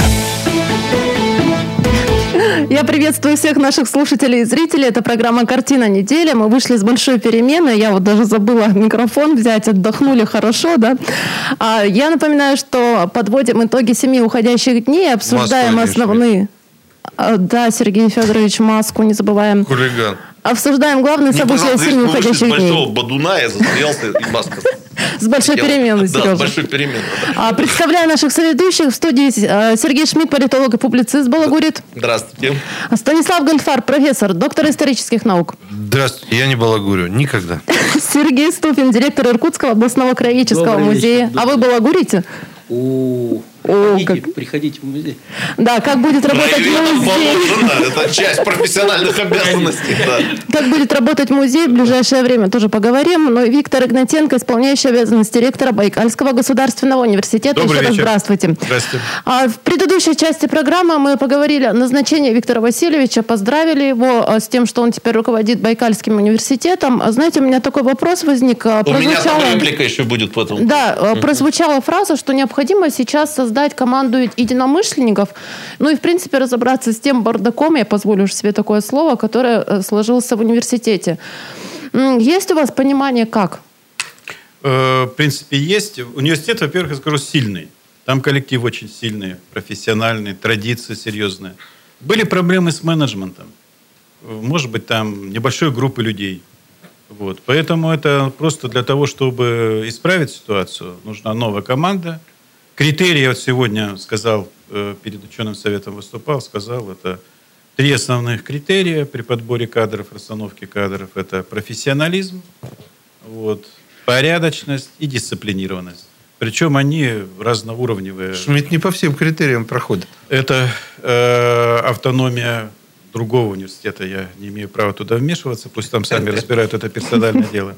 Я приветствую всех наших слушателей и зрителей. Это программа «Картина недели». Мы вышли с большой перемены. Я вот даже забыла микрофон взять. Отдохнули хорошо, да? А я напоминаю, что подводим итоги семи уходящих дней. Обсуждаем основные... Да, Сергей Федорович, маску не забываем. Хулиган. Обсуждаем главные события семи уходящих дней. С большого бадуна я засмеялся, и маска. С большой переменой, Сережа. Да, с большой переменой. А, представляю наших соведущих. В студии Сергей Шмидт, политолог и публицист, балагурит. Здравствуйте. Станислав Гольдфарб, профессор, доктор исторических наук. Здравствуйте, я не балагурю. Никогда. Сергей Ступин, директор Иркутского областного краеведческого Добрый музея. вечер. А вы балагурите? О, О, приходите, как... приходите в музей. Да, как будет работать музей? Это часть профессиональных обязанностей. Да. Как будет работать музей в ближайшее время, тоже поговорим. Но Виктор Игнатенко, исполняющий обязанности ректора Байкальского государственного университета. Добрый Еще раз вечер. здравствуйте. Здравствуйте. А в предыдущей части программы мы поговорили о назначении Виктора Васильевича, поздравили его с тем, что он теперь руководит Байкальским университетом. А знаете, у меня такой вопрос возник. У прозвучало... меня там реплика еще будет по этому. Да, uh-huh. прозвучала фраза, что необходимо сейчас создать команду единомышленников, ну и, в принципе, разобраться с тем бардаком, я позволю себе такое слово, которое сложился в университете. Есть у вас понимание, как? В принципе, есть. Университет, во-первых, я скажу, сильный. Там коллектив очень сильный, профессиональный, традиции серьезные. Были проблемы с менеджментом. Может быть, там небольшой группы людей. Вот. Поэтому это просто для того, чтобы исправить ситуацию, нужна новая команда. Критерии, я вот сегодня сказал, перед ученым советом выступал, сказал, это три основных критерия при подборе кадров, расстановке кадров. Это профессионализм, вот, порядочность и дисциплинированность. Причем они разноуровневые. Шмидт не по всем критериям проходит. Это э, автономия другого университета. Я не имею права туда вмешиваться. Пусть там сами разбирают это персональное дело.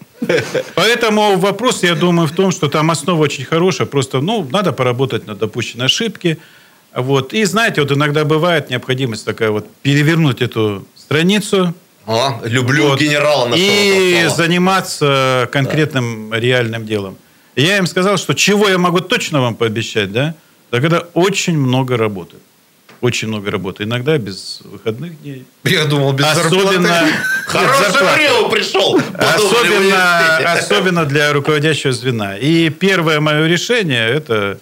Поэтому вопрос, я думаю, в том, что там основа очень хорошая. Просто, ну, надо поработать над допущенной ошибки. Вот. И, знаете, вот иногда бывает необходимость такая вот перевернуть эту страницу. А, люблю вот, генерала нашего. И заниматься конкретным да. реальным делом. Я им сказал, что чего я могу точно вам пообещать, да? Да когда очень много работы. Очень много работы. Иногда без выходных дней. Я думал, без особенно, зарплаты. Хорошее время пришел. Особенно, особенно для руководящего звена. И первое мое решение – это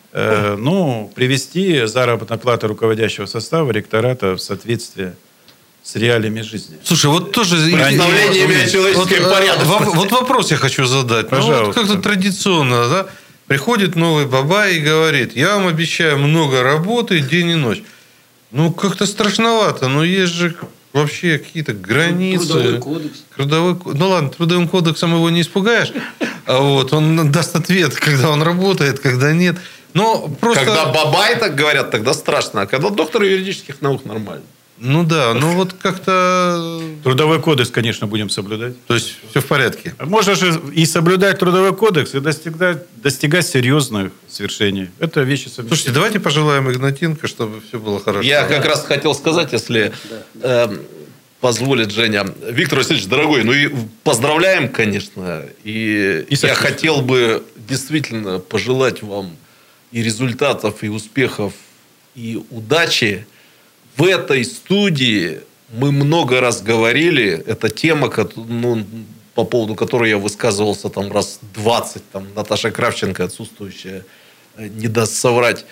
э, ну, привести заработную плату руководящего состава ректората в соответствие с реалиями жизни. Слушай, вот тоже... Представлениями о человеческой вот, порядке. Вот вопрос я хочу задать. Пожалуйста. Ну, вот как-то традиционно, да? Приходит новый бабай и говорит, я вам обещаю много работы день и ночь. Ну, как-то страшновато. Но есть же вообще какие-то границы. Трудовой кодекс. Трудовой... Ну, ладно, трудовым кодексом его не испугаешь. А вот он даст ответ, когда он работает, когда нет. Но просто... Когда бабай так говорят, тогда страшно. А когда доктор юридических наук, нормально. Ну да, ну вот как-то... Трудовой кодекс, конечно, будем соблюдать. То есть все в порядке. Можно же и соблюдать трудовой кодекс, и достигать, достигать серьезных свершений. Это вещи совместимые. Слушайте, давайте пожелаем Игнатенко, чтобы все было хорошо. Я как раз хотел сказать, если э, позволит Женя. Виктор Васильевич, дорогой, ну и поздравляем, конечно. И, и я хотел бы действительно пожелать вам и результатов, и успехов, и удачи. В этой студии мы много раз говорили, это тема, ну, по поводу которой я высказывался там раз двадцать, там Наташа Кравченко, отсутствующая, не даст соврать,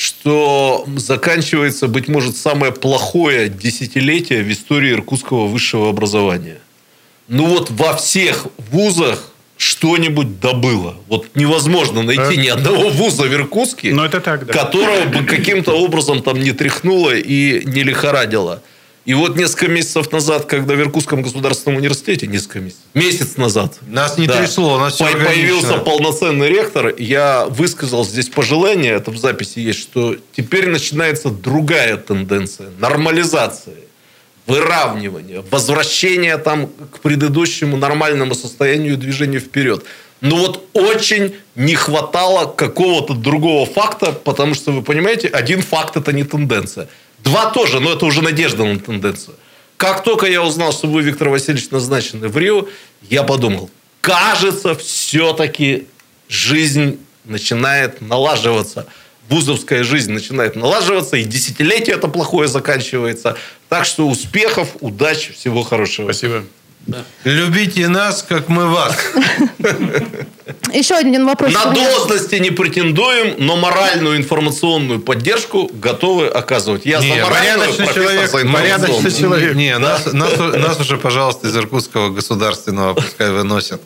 что заканчивается, быть может, самое плохое десятилетие в истории иркутского высшего образования. Ну вот во всех вузах что-нибудь добыло. Вот невозможно найти ни одного вуза в Иркутске, Но это так, да. которого бы каким-то образом там не тряхнуло и не лихорадило. И вот несколько месяцев назад, когда в Иркутском государственном университете, несколько месяцев, месяц назад, нас не да, трясло, нас все появился органично. полноценный ректор, я высказал здесь пожелание, это в записи есть, что теперь начинается другая тенденция, нормализация, выравнивание, возвращение там к предыдущему нормальному состоянию движения вперед. Но вот очень не хватало какого-то другого факта, потому что, вы понимаете, один факт – это не тенденция. Два тоже, но это уже надежда на тенденцию. Как только я узнал, что вы, Виктор Васильевич, назначены в Рио, я подумал, кажется, все-таки жизнь начинает налаживаться. Вузовская жизнь начинает налаживаться, и десятилетие это плохое заканчивается. Так что успехов, удачи, всего хорошего. Спасибо. Да. Любите нас, как мы вас. Еще один вопрос. На должности не претендуем, но моральную информационную поддержку готовы оказывать. Я не, за моральную, человек, порядочный человек. Не, да? нас, нас, нас уже, пожалуйста, из Иркутского государственного пускай выносят.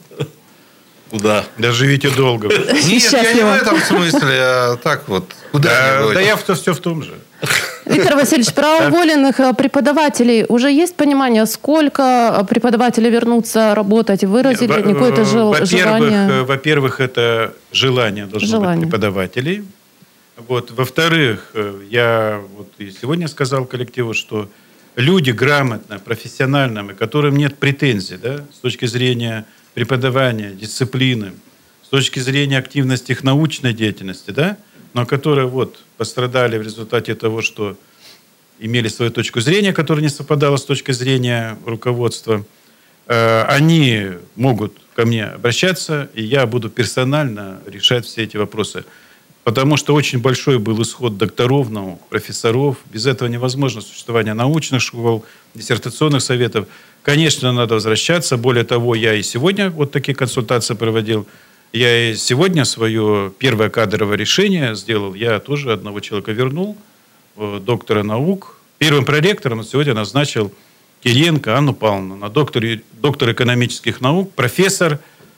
Куда? Да живите долго. Нет, я не в этом смысле, а так вот. Да, да я все в том же. Виктор Васильевич, про уволенных преподавателей уже есть понимание, сколько преподавателей вернутся работать? Выразили какое-то жел- желание? Во-первых, это желание должно желание. быть преподавателей. Вот. Во-вторых, я вот и сегодня сказал коллективу, что люди грамотно, профессиональными, которым нет претензий, да, с точки зрения преподавания, дисциплины, с точки зрения активности их научной деятельности, да, но которые вот пострадали в результате того, что имели свою точку зрения, которая не совпадала с точкой зрения руководства, э, они могут ко мне обращаться, и я буду персонально решать все эти вопросы. Потому что очень большой был исход докторов наук, профессоров. Без этого невозможно существование научных школ, диссертационных советов. Конечно, надо возвращаться. Более того, я и сегодня вот такие консультации проводил. Я и сегодня свое первое кадровое решение сделал. Я тоже одного человека вернул, доктора наук. Первым проректором сегодня назначил Кириенко Анну Павловну, на докторе, доктор экономических наук, профессор.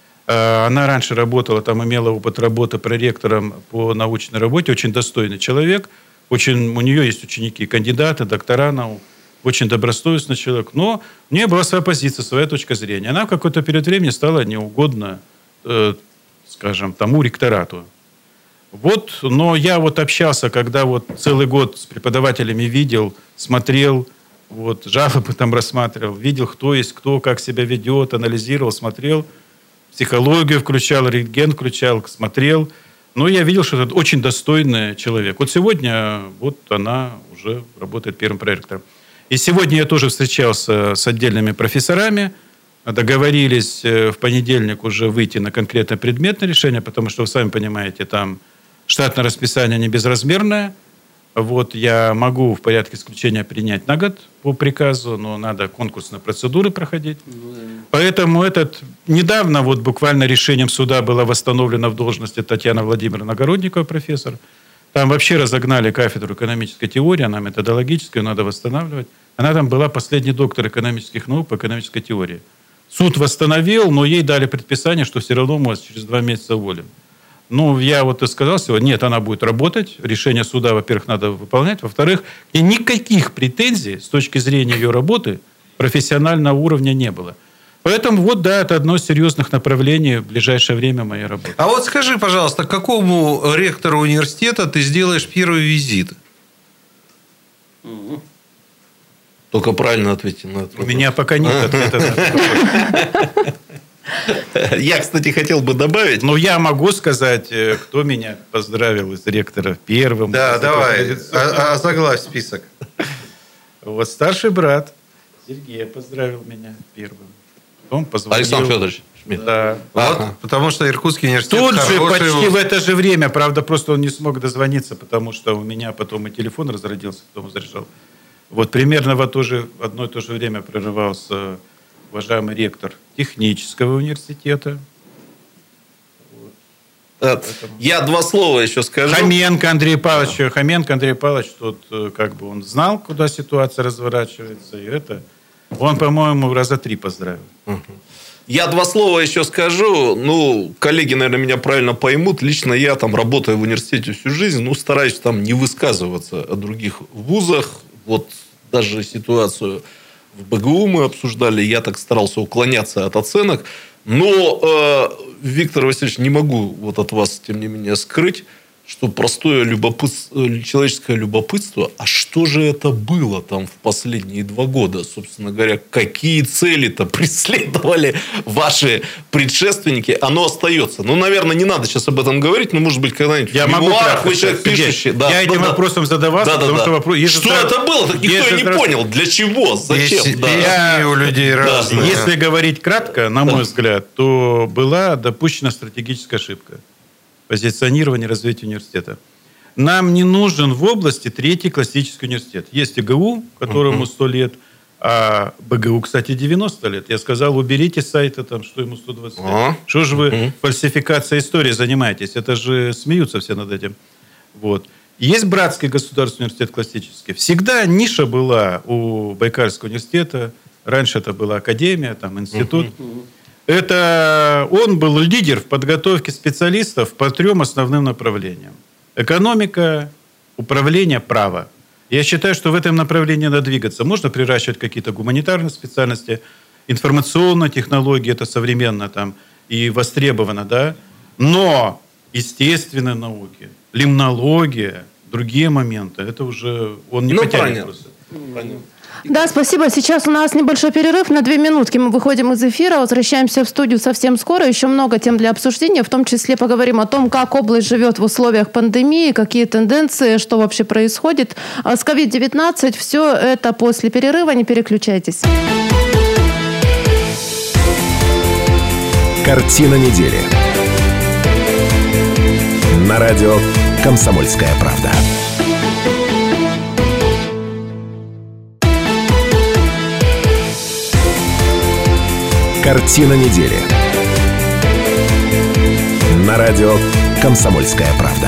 Она раньше работала, там имела опыт работы проректором по научной работе. Очень достойный человек. Очень, у нее есть ученики, кандидаты, доктора наук. Очень добросовестный человек. Но у нее была своя позиция, своя точка зрения. Она в какой-то период времени стала неугодна, э, скажем, тому ректорату. Вот, но я вот общался, когда вот целый год с преподавателями видел, смотрел, вот, жалобы там рассматривал, видел, кто есть кто, как себя ведет, анализировал, смотрел, психологию включал, рентген включал, смотрел. Но я видел, что это очень достойный человек. Вот сегодня вот она уже работает первым проректором. И сегодня я тоже встречался с отдельными профессорами, договорились в понедельник уже выйти на конкретное предметное решение, потому что, вы сами понимаете, там штатное расписание не безразмерное. Вот я могу в порядке исключения принять на год по приказу, но надо конкурсные процедуры проходить. Ну, да. Поэтому этот недавно вот буквально решением суда была восстановлена в должности Татьяна Владимировна Огородникова, профессор. Там вообще разогнали кафедру экономической теории, она методологическая, надо восстанавливать. Она там была последний доктор экономических наук по экономической теории. Суд восстановил, но ей дали предписание, что все равно мы через два месяца уволим. Ну, я вот и сказал сегодня, нет, она будет работать. Решение суда, во-первых, надо выполнять. Во-вторых, и никаких претензий с точки зрения ее работы профессионального уровня не было. Поэтому вот, да, это одно из серьезных направлений в ближайшее время моей работы. А вот скажи, пожалуйста, к какому ректору университета ты сделаешь первый визит? Только правильно ответьте на это. У меня пока нет ответа на этот вопрос. Я, кстати, хотел бы добавить. Ну, я могу сказать, кто меня поздравил из ректора первым. Да, давай, озаглавь список. Вот старший брат Сергей поздравил меня первым. Потом позвонил. Александр Федорович Шмидт. Да. Вот, ага. Потому что Иркутский университет Тут же, почти его... в это же время, правда, просто он не смог дозвониться, потому что у меня потом и телефон разрядился, потом заряжал. Вот примерно в, то же, в одно и то же время прерывался уважаемый ректор технического университета. Вот. Я два слова еще скажу. Хоменко Андрей Павлович. Хоменко Андрей Павлович, тут как бы он знал, куда ситуация разворачивается. И это он, по-моему, раза три поздравил. Угу. Я два слова еще скажу. Ну, коллеги, наверное, меня правильно поймут. Лично я там работаю в университете всю жизнь. Ну, стараюсь там не высказываться о других вузах. Вот даже ситуацию в БГУ мы обсуждали. Я так старался уклоняться от оценок. Но, э, Виктор Васильевич, не могу вот от вас, тем не менее, скрыть, что простое любопытство, человеческое любопытство, а что же это было там в последние два года? Собственно говоря, какие цели-то преследовали ваши предшественники? Оно остается. Ну, наверное, не надо сейчас об этом говорить, но, может быть, когда-нибудь я в мемуарах вы человек пишущий. Да, я этим да, вопросом задавался, да, потому да, что да. вопрос... Что раз... это было? Так никто не раз... понял. Для чего? Зачем? Если, да. я... у людей разные. Если говорить кратко, на мой взгляд, то была допущена стратегическая ошибка. позиционирования и развития университета. Нам не нужен в области третий классический университет. Есть ИГУ, которому сто лет, а БГУ, кстати, девяносто лет. Я сказал, уберите с сайта, там, что ему сто двадцать лет. Что же вы фальсификацией истории занимаетесь? Это же смеются все над этим. Вот. Есть Братский государственный университет классический. Всегда ниша была у Байкальского университета. Раньше это была академия, там, институт. Это он был лидер в подготовке специалистов по трем основным направлениям. Экономика, управление, право. Я считаю, что в этом направлении надо двигаться. Можно приращивать какие-то гуманитарные специальности, информационные технологии, это современно там и востребовано, да. Но естественные науки, лимнология, другие моменты, это уже он не ну, потянет просто. Понятно. Да, спасибо. Сейчас у нас небольшой перерыв на две минутки. Мы выходим из эфира, возвращаемся в студию совсем скоро. Еще много тем для обсуждения. В том числе поговорим о том, как область живет в условиях пандемии, какие тенденции, что вообще происходит. С ковид девятнадцать все это после перерыва. Не переключайтесь. Картина недели. На радио «Комсомольская правда». Картина недели. На радио «Комсомольская правда».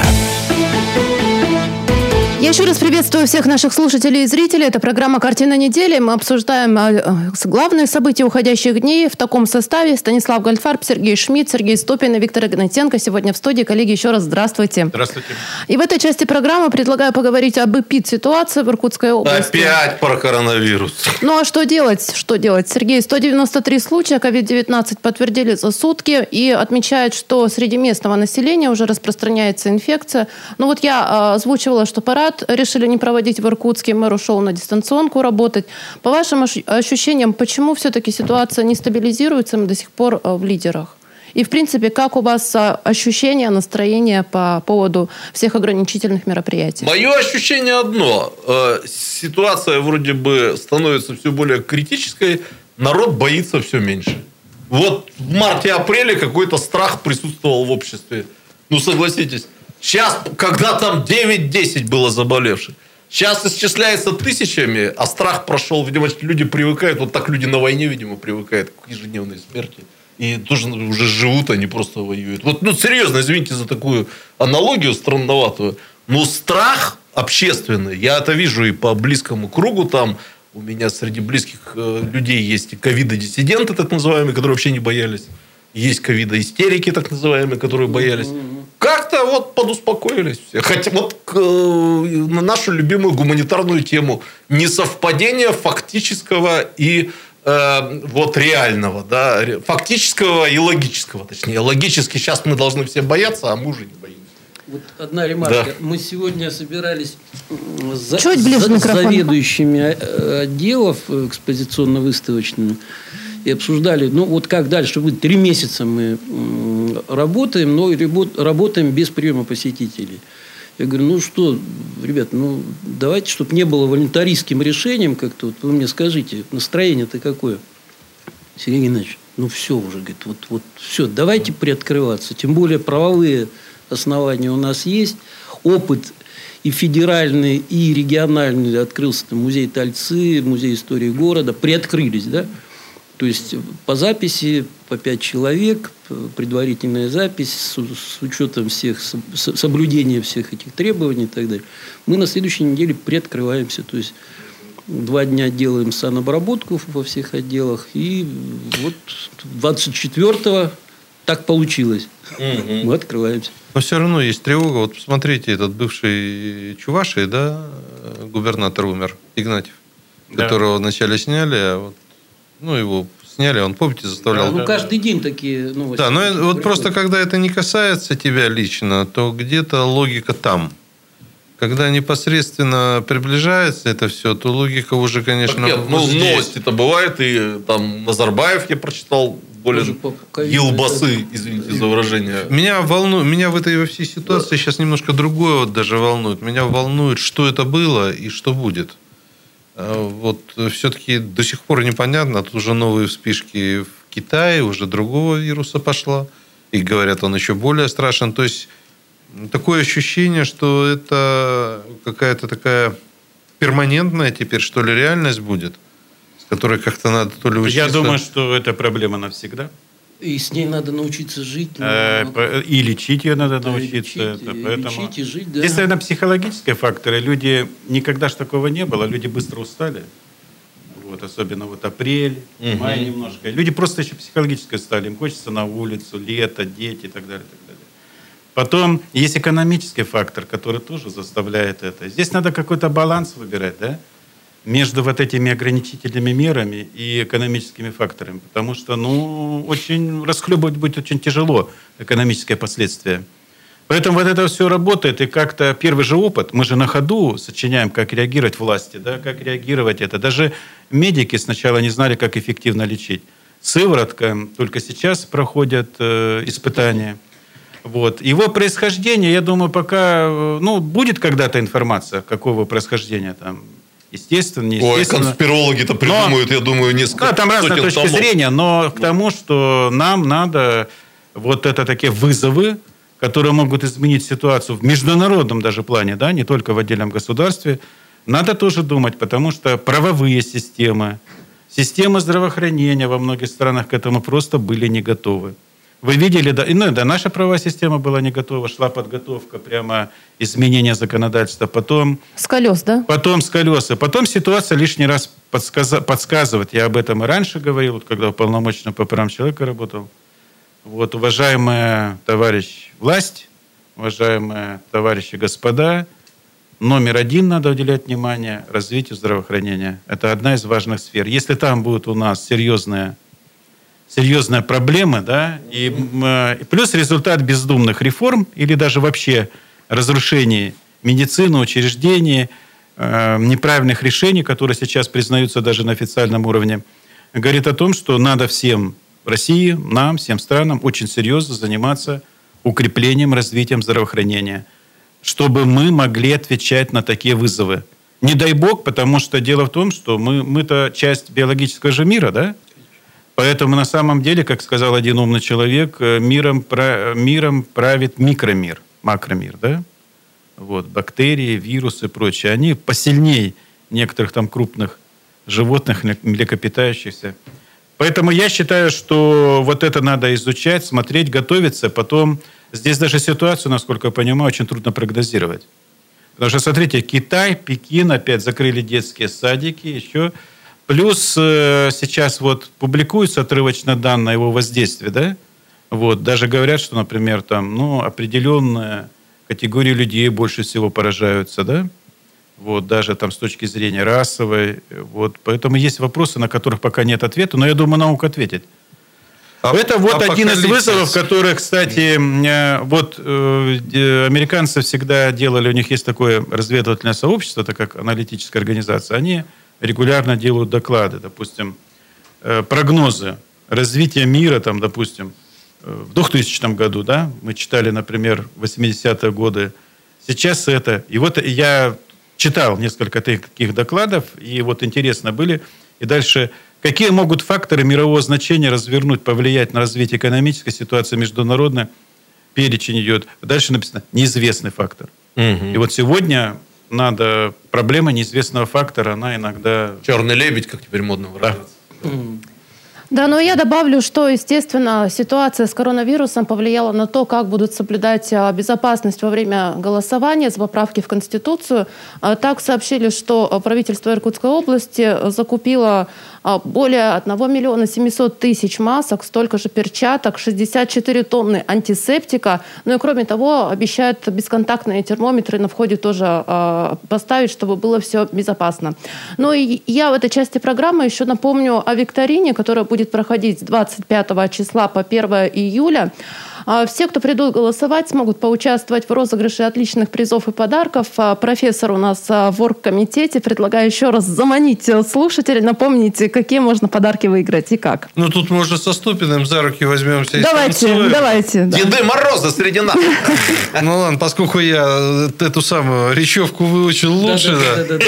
Я еще раз приветствую всех наших слушателей и зрителей. Это программа «Картина недели». Мы обсуждаем главные события уходящих дней в таком составе. Станислав Гольдфарб, Сергей Шмидт, Сергей Ступин и Виктор Игнатенко сегодня в студии. Коллеги, еще раз здравствуйте. Здравствуйте. И в этой части программы предлагаю поговорить об эпид-ситуации в Иркутской области. Опять про коронавирус. Ну а что делать? Что делать? Сергей, сто девяносто три случая ковид девятнадцать подтвердили за сутки и отмечают, что среди местного населения уже распространяется инфекция. Ну вот я озвучивала, что парад решили не проводить в Иркутске, мэр ушел на дистанционку работать. По вашим ощущениям, почему все-таки ситуация не стабилизируется, мы до сих пор в лидерах? И, в принципе, как у вас ощущения, настроение по поводу всех ограничительных мероприятий? Мое ощущение одно. Ситуация вроде бы становится все более критической, народ боится все меньше. Вот в марте-апреле какой-то страх присутствовал в обществе. Ну, согласитесь. Сейчас, когда там девять-десять было заболевших, сейчас исчисляется тысячами, а страх прошел. Видимо, люди привыкают. Вот так люди на войне, видимо, привыкают к ежедневной смерти. И тоже уже живут, они просто воюют. Вот, ну, серьезно, извините за такую аналогию странноватую. Но страх общественный, я это вижу и по близкому кругу там. У меня среди близких э, людей есть и ковидо-диссиденты, так называемые, которые вообще не боялись. Есть ковидо-истерики, так называемые, которые боялись. Как-то вот подуспокоились все. Хотя вот э, на нашу любимую гуманитарную тему несовпадение фактического и э, вот реального. Да? Фактического и логического. Точнее, логически сейчас мы должны все бояться, а мы уже не боимся. Вот одна ремарка. Да. Мы сегодня собирались за, Чуть ближе за, к микрофону. заведующими отделов экспозиционно-выставочными и обсуждали, ну вот как дальше будет. Три месяца мы работаем, но работаем без приема посетителей. Я говорю, ну что, ребят, ну давайте, чтобы не было волонтаристским решением как-то, вот вы мне скажите, настроение-то какое? Сергей Геннадьевич, ну все уже, говорит, вот, вот все, давайте приоткрываться. Тем более правовые основания у нас есть, опыт и федеральный, и региональный. Открылся там музей Тальцы, музей истории города, приоткрылись, да? То есть по записи по пять человек, предварительная запись с, с учетом всех, с, соблюдения всех этих требований и так далее. Мы на следующей неделе приоткрываемся. То есть два дня делаем санобработку во всех отделах. И вот двадцать четвёртого так получилось. Угу. Мы открываемся. Но все равно есть тревога. Вот посмотрите, этот бывший Чувашии, да, губернатор умер, Игнатьев, да, которого вначале сняли, а вот ну, его сняли, он, помните, заставлял... Да, ну, каждый день такие новости. Да, но вот приходят. Просто, когда это не касается тебя лично, то где-то логика там. Когда непосредственно приближается это все, то логика уже, конечно... Нет, ну, здесь. Новости-то бывают, и там Назарбаев я прочитал, более елбасы, извините за выражение. Меня волнует, меня в этой во всей ситуации да. сейчас немножко другое вот даже волнует. Меня волнует, что это было и что будет. Вот все-таки до сих пор непонятно. Тут уже новые вспышки в Китае, уже другого вируса пошла. И говорят, он еще более страшен. То есть такое ощущение, что это какая-то такая перманентная теперь, что ли, реальность будет, с которой как-то надо то ли учиться. Я думаю, что это проблема навсегда. И с ней надо научиться жить. Но... И лечить ее надо да, научиться. И лечить, это. И Поэтому... лечить, и жить, да. Здесь, наверное, психологические факторы. Люди, никогда же такого не было, люди быстро устали. Вот, особенно вот апрель, угу. май немножко. Люди просто еще психологически устали. Им хочется на улицу, лето, дети и так далее. И так далее. Потом есть экономический фактор, который тоже заставляет это. Здесь надо какой-то баланс выбирать, да? Между вот этими ограничительными мерами и экономическими факторами. Потому что, ну, очень расхлебывать будет очень тяжело экономические последствия. Поэтому вот это все работает. И как-то первый же опыт, мы же на ходу сочиняем, как реагировать власти, да, как реагировать это. Даже медики сначала не знали, как эффективно лечить. Сыворотка только сейчас проходят э, испытания. Вот. Его происхождение, я думаю, пока, ну, будет когда-то информация, какого происхождения там. Естественно, неестественно. Ой, конспирологи-то придумают, но, я думаю, несколько да, там разные точки томов. зрения, но к тому, что нам надо вот это такие вызовы, которые могут изменить ситуацию в международном даже плане, да, не только в отдельном государстве, надо тоже думать, потому что правовые системы, системы здравоохранения во многих странах к этому просто были не готовы. Вы видели, да, ну, да, наша правовая система была не готова, шла подготовка, прямо изменение законодательства, потом... С колес, да? Потом с колес, и потом ситуация лишний раз подсказ... подсказывает. Я об этом и раньше говорил, вот, когда уполномоченным по правам человека работал. Вот, уважаемая товарищ власть, уважаемые товарищи господа, номер один надо уделять внимание развитию здравоохранения. Это одна из важных сфер. Если там будут у нас серьезные... серьезные проблемы, да, и, и плюс результат бездумных реформ или даже вообще разрушений медицины, учреждений, э, неправильных решений, которые сейчас признаются даже на официальном уровне, говорит о том, что надо всем в России, нам, всем странам очень серьезно заниматься укреплением, развитием здравоохранения, чтобы мы могли отвечать на такие вызовы. Не дай бог, потому что дело в том, что мы, мы-то часть биологического же мира, да? Поэтому на самом деле, как сказал один умный человек, миром, миром правит микромир, макромир, да? Вот, бактерии, вирусы и прочее. Они посильнее некоторых там крупных животных, млекопитающихся. Поэтому я считаю, что вот это надо изучать, смотреть, готовиться. Потом здесь даже ситуацию, насколько я понимаю, очень трудно прогнозировать. Потому что, смотрите, Китай, Пекин опять закрыли детские садики, еще... Плюс э, сейчас вот публикуются отрывочно данные его воздействия, да? Вот, даже говорят, что, например, там, ну, определенная категория людей больше всего поражаются, да? Вот, даже там с точки зрения расовой. Вот, поэтому есть вопросы, на которых пока нет ответа, но я думаю, наука ответит. А, Это вот один из вызовов, которые, кстати, э, вот э, американцы всегда делали, у них есть такое разведывательное сообщество, это как аналитическая организация, они регулярно делают доклады, допустим, прогнозы развития мира, там, допустим, в двухтысячном году, да, мы читали, например, восьмидесятые годы, сейчас это, и вот я читал несколько таких докладов, и вот интересно были, и дальше, какие могут факторы мирового значения развернуть, повлиять на развитие экономической ситуации международной, перечень идет, дальше написано неизвестный фактор. Угу. И вот сегодня... Надо... Проблема неизвестного фактора, она иногда... Черный лебедь, как теперь модно выражаться. Да. Да, но я добавлю, что, естественно, ситуация с коронавирусом повлияла на то, как будут соблюдать безопасность во время голосования за поправки в Конституцию. Так сообщили, что правительство Иркутской области закупило более одного миллиона семисот тысяч масок, столько же перчаток, шестьдесят четыре тонны антисептика. Ну и кроме того, обещают бесконтактные термометры на входе тоже поставить, чтобы было все безопасно. Ну и я в этой части программы еще напомню о викторине, которая будет проходить с двадцать пятого числа по первое июля. Все, кто придут голосовать, смогут поучаствовать в розыгрыше отличных призов и подарков. Профессор у нас в оргкомитете. Предлагаю еще раз заманить слушателей, напомнить, какие можно подарки выиграть и как. Ну, тут можно со Ступиным за руки возьмемся. Давайте, давайте. Да. Деды Мороза среди нас. Ну, ладно, поскольку я эту самую речевку выучил лучше,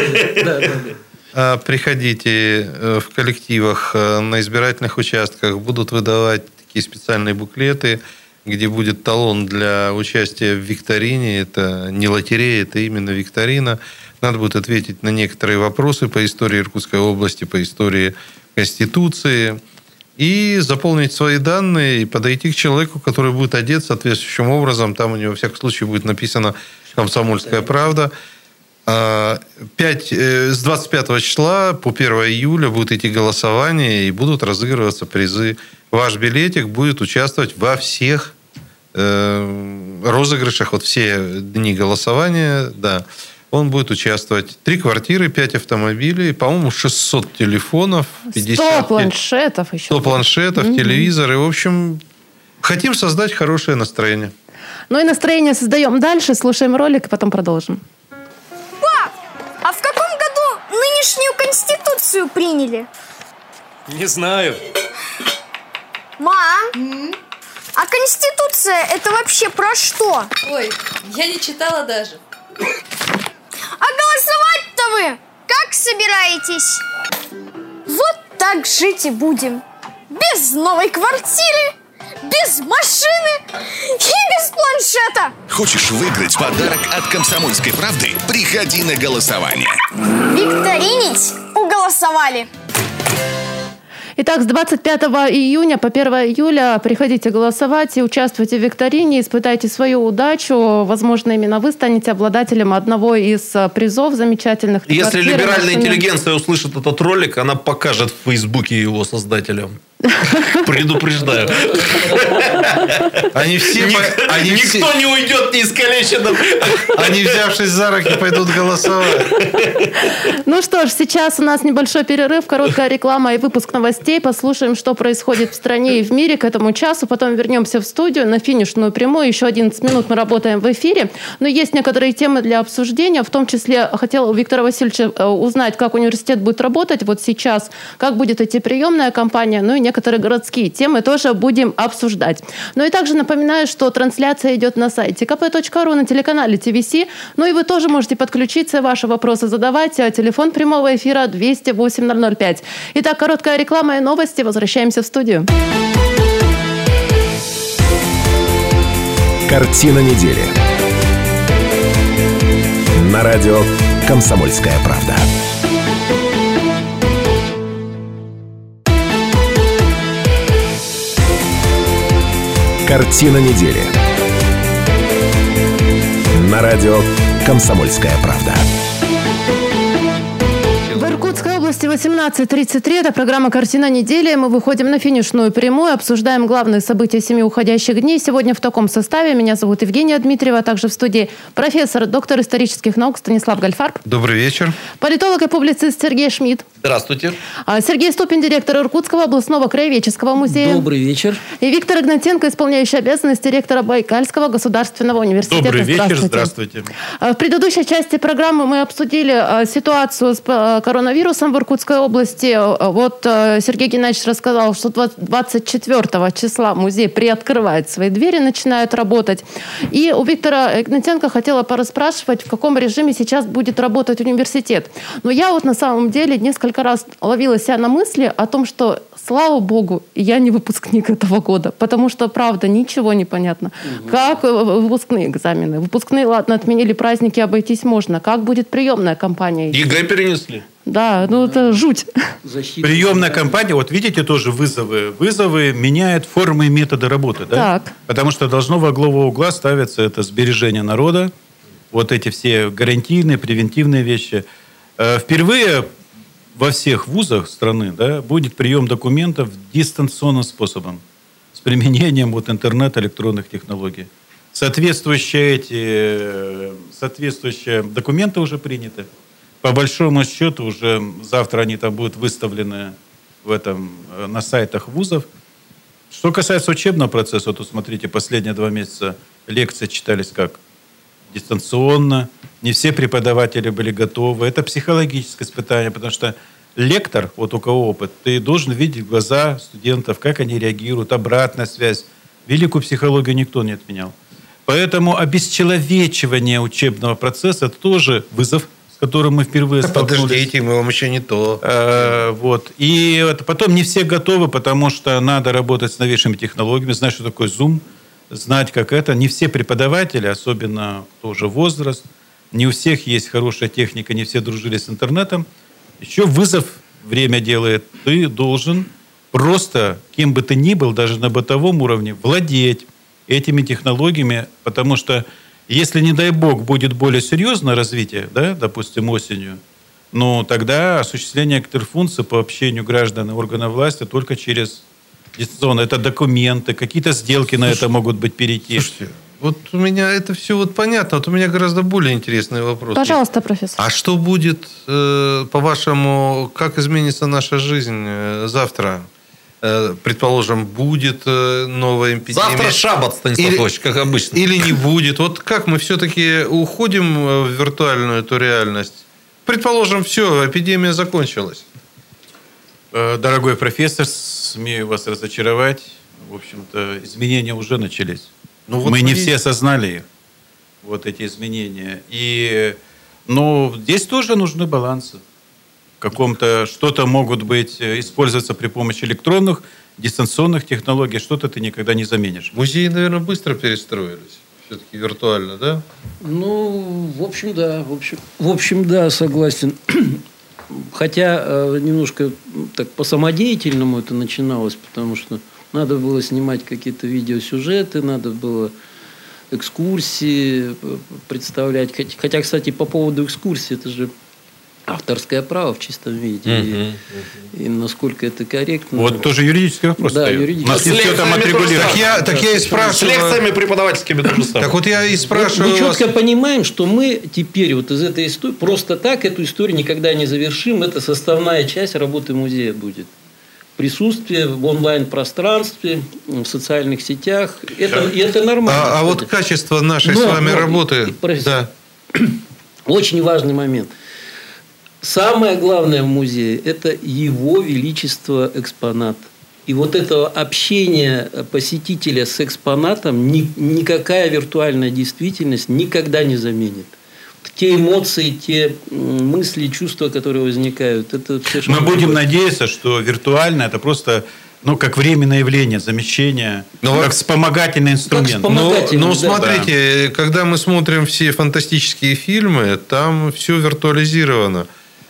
да. Приходите в коллективах на избирательных участках. Будут выдавать такие специальные буклеты, где будет талон для участия в викторине. Это не лотерея, это именно викторина. Надо будет ответить на некоторые вопросы по истории Иркутской области, по истории Конституции. И заполнить свои данные и подойти к человеку, который будет одет соответствующим образом. Там у него, во всяком случае, будет написано «Комсомольская правда». пять, с двадцать пятого числа по первое июля будут идти голосования и будут разыгрываться призы. Ваш билетик будет участвовать во всех э, розыгрышах, вот все дни голосования, да. Он будет участвовать. Три квартиры, пять автомобилей, по-моему, шестьсот телефонов. пятьдесят сто планшетов еще. сто планшетов, mm-hmm. телевизоры. В общем, хотим создать хорошее настроение. Ну и настроение создаем дальше. Слушаем ролик и потом продолжим. Пап, а в каком году нынешнюю Конституцию приняли? Не знаю. Мам, mm-hmm. а Конституция это вообще про что? Ой, я не читала даже. А голосовать-то вы как собираетесь? Вот так жить и будем. Без новой квартиры, без машины и без планшета. Хочешь выиграть подарок от «Комсомольской правды»? Приходи на голосование. Викторинить уголосовали. Итак, с двадцать пятого июня по первое июля приходите голосовать и участвуйте в викторине, испытайте свою удачу. Возможно, именно вы станете обладателем одного из призов замечательных. Если либеральная интеллигенция услышит этот ролик, она покажет в Фейсбуке его создателям. Предупреждаю. Они все, Ник, они никто все, не уйдет неискалеченным. Они, взявшись за руки, пойдут голосовать. Ну что ж, сейчас у нас небольшой перерыв, короткая реклама и выпуск новостей. Послушаем, что происходит в стране и в мире к этому часу. Потом вернемся в студию на финишную прямую. Еще одиннадцать минут мы работаем в эфире. Но есть некоторые темы для обсуждения. В том числе хотела у Виктора Васильевича узнать, как университет будет работать вот сейчас, как будет идти приемная кампания, ну и некоторые городские темы тоже будем обсуждать. Ну и также напоминаю, что трансляция идет на сайте ка пэ точка ру, на телеканале ти ви си. Ну и вы тоже можете подключиться, ваши вопросы задавать. Телефон прямого эфира двести восемь ноль ноль пять. Итак, короткая реклама и новости. Возвращаемся в студию. Картина недели. На радио «Комсомольская правда». Картина недели. На радио «Комсомольская правда». В Иркутской области восемнадцать тридцать три. Это программа «Картина недели». Мы выходим на финишную прямую, обсуждаем главные события семи уходящих дней. Сегодня в таком составе. Меня зовут Евгения Дмитриева, а также в студии профессор, доктор исторических наук Станислав Гальфарб. Добрый вечер. Политолог и публицист Сергей Шмидт. Здравствуйте. Сергей Ступин, директор Иркутского областного краеведческого музея. Добрый вечер. И Виктор Игнатенко, исполняющий обязанности ректора Байкальского государственного университета. Добрый вечер, здравствуйте. здравствуйте. В предыдущей части программы мы обсудили ситуацию с коронавирусом в Иркутской области. Вот Сергей Геннадьевич рассказал, что двадцать четвёртого числа музей приоткрывает свои двери, начинает работать. И у Виктора Игнатенко хотела порасспрашивать, в каком режиме сейчас будет работать университет. Но я вот на самом деле несколько раз ловила себя на мысли о том, что, слава богу, я не выпускник этого года, потому что, правда, ничего не понятно. Угу. Как выпускные экзамены? Выпускные, ладно, отменили праздники, обойтись можно. Как будет приемная кампания? ЕГЭ перенесли. Да, ну это жуть. Защита. Приемная кампания, вот видите, тоже вызовы. Вызовы меняют формы и методы работы, да? Так. Потому что должно во главу угла ставиться это сбережение народа, вот эти все гарантийные, превентивные вещи. Впервые во всех вузах страны, да, будет прием документов дистанционным способом, с применением вот интернета, электронных технологий. Соответствующие, эти, соответствующие документы уже приняты. По большому счету, уже завтра они там будут выставлены в этом, на сайтах вузов. Что касается учебного процесса, то смотрите, последние два месяца лекции читались как дистанционно, не все преподаватели были готовы. Это психологическое испытание, потому что лектор, вот у кого опыт, ты должен видеть глаза студентов, как они реагируют, обратная связь. Великую психологию никто не отменял. Поэтому обесчеловечивание учебного процесса – это тоже вызов, с которым мы впервые столкнулись. Подождите, мы вам еще не то. А, вот. И это потом не все готовы, потому что надо работать с новейшими технологиями, знать, что такое Zoom, знать, как это. Не все преподаватели, особенно тоже возраст, не у всех есть хорошая техника, не все дружили с интернетом. Еще вызов время делает. Ты должен просто, кем бы ты ни был, даже на бытовом уровне, владеть этими технологиями, потому что если, не дай бог, будет более серьезное развитие, да, допустим, осенью, ну, тогда осуществление некоторых функций по общению граждан и органов власти только через дистанционно. Это документы, какие-то сделки Слушай, на это могут быть перейти. Слушайте, вот у меня это все вот понятно. Вот у меня гораздо более интересный вопрос. Пожалуйста, профессор. А что будет, э, по-вашему, как изменится наша жизнь э, завтра? Э, предположим, будет э, новая эпидемия. Завтра шаббат, Станислав Ильич, как обычно. Или не будет. Вот как мы все-таки уходим в виртуальную эту реальность? Предположим, все, эпидемия закончилась. Дорогой профессор, смею вас разочаровать. В общем-то, изменения уже начались. Ну, вот Мы смотрите. не все осознали их, вот эти изменения. И, но здесь тоже нужны балансы. В каком-то что-то могут быть использоваться при помощи электронных, дистанционных технологий, что-то ты никогда не заменишь. Музеи, наверное, быстро перестроились. Все-таки виртуально, да? Ну, в общем, да. В общем, в общем да, согласен. Хотя э, немножко так по-самодеятельному это начиналось, потому что надо было снимать какие-то видеосюжеты, надо было экскурсии представлять. Хотя, кстати, по поводу экскурсий, это же авторское право в чистом виде. Uh-huh, и, uh-huh. и насколько это корректно. Вот тоже юридический вопрос. Да, юридический. У нас все там отрегулировано. Так я, так я и спрашиваю. С лекциями преподавательскими тоже самое. Так вот я и спрашиваю. Мы четко вас... понимаем, что мы теперь вот из этой истории просто так эту историю никогда не завершим. Это составная часть работы музея будет. Присутствие в онлайн-пространстве, в социальных сетях. Это, и это нормально. А, а вот качество нашей но, с вами но, работы. Да. Очень важный момент. Самое главное в музее – это его величество экспонат. И вот этого общения посетителя с экспонатом ни, никакая виртуальная действительность никогда не заменит. Те эмоции, те мысли, чувства, которые возникают, это совершенно... Мы будем надеяться, что виртуально это просто, ну, как временное явление, замещение, но как вспомогательный инструмент. Вспомогательный, но, но да. смотрите, да. когда мы смотрим все фантастические фильмы, там все виртуализировано.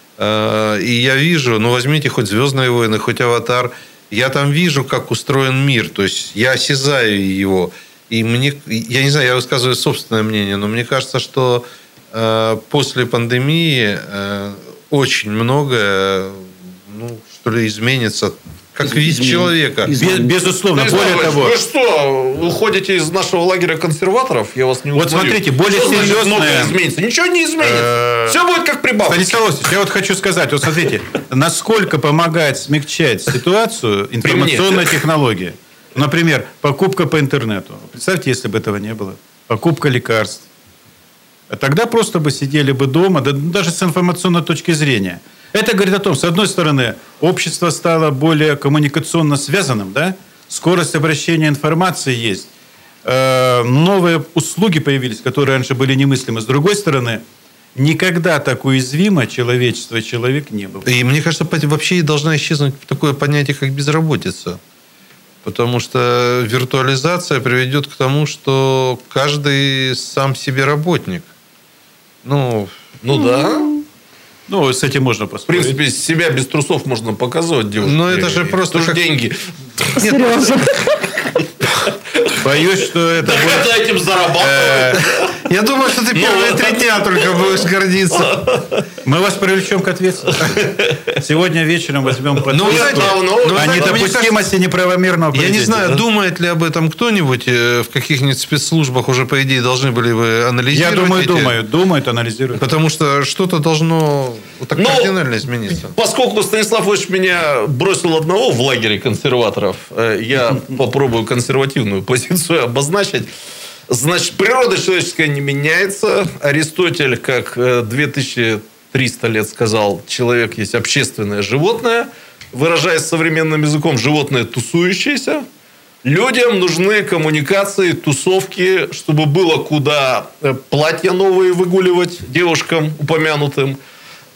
И я вижу, ну, возьмите хоть «Звездные войны», хоть «Аватар», я там вижу, как устроен мир, то есть я осязаю его. И мне, я не знаю, я высказываю собственное мнение, но мне кажется, что э, после пандемии э, очень многое, ну, что ли, изменится, как вид человека. Без, безусловно, ну, более того. Вы что, уходите из нашего лагеря консерваторов? Я вас не Вот узнаю. смотрите, более что серьезное... изменится? Ничего не изменится. Все будет как при бабушке. Станислав Васильевич, я вот хочу сказать, вот смотрите, насколько помогает смягчать ситуацию информационная технология. Например, покупка по интернету. Представьте, если бы этого не было. Покупка лекарств. Тогда просто бы сидели бы дома, даже с информационной точки зрения. Это говорит о том, с одной стороны, общество стало более коммуникационно связанным, да? Скорость обращения информации есть. Э, новые услуги появились, которые раньше были немыслимы. С другой стороны, никогда так уязвимо человечество и человек не был. И мне кажется, вообще должна исчезнуть такое понятие, как безработица. Потому что виртуализация приведет к тому, что каждый сам себе работник. Ну, ну да. Ну, с этим можно поспорить. В принципе, себя без трусов можно показывать девушке. Но это же просто как... деньги. Сережа. Боюсь, что это будет... Когда этим зарабатывать? Я думаю, что ты первые три дня только будешь гордиться. Мы вас привлечем к ответственности. Сегодня вечером возьмем подписку о недопустимости неправомерного поведения. Я не знаю, думает ли об этом кто-нибудь в каких-нибудь спецслужбах уже, по идее, должны были бы анализировать. Я думаю, думают, думают, анализируют. Потому что что-то должно так кардинально измениться. Поскольку Станислав Ильич меня бросил одного в лагере консерваторов, я попробую консервативную позицию обозначить. Значит, природа человеческая не меняется. Аристотель, как две тысячи триста лет сказал, человек есть общественное животное. Выражаясь современным языком, животное тусующееся. Людям нужны коммуникации, тусовки, чтобы было куда платья новые выгуливать девушкам упомянутым.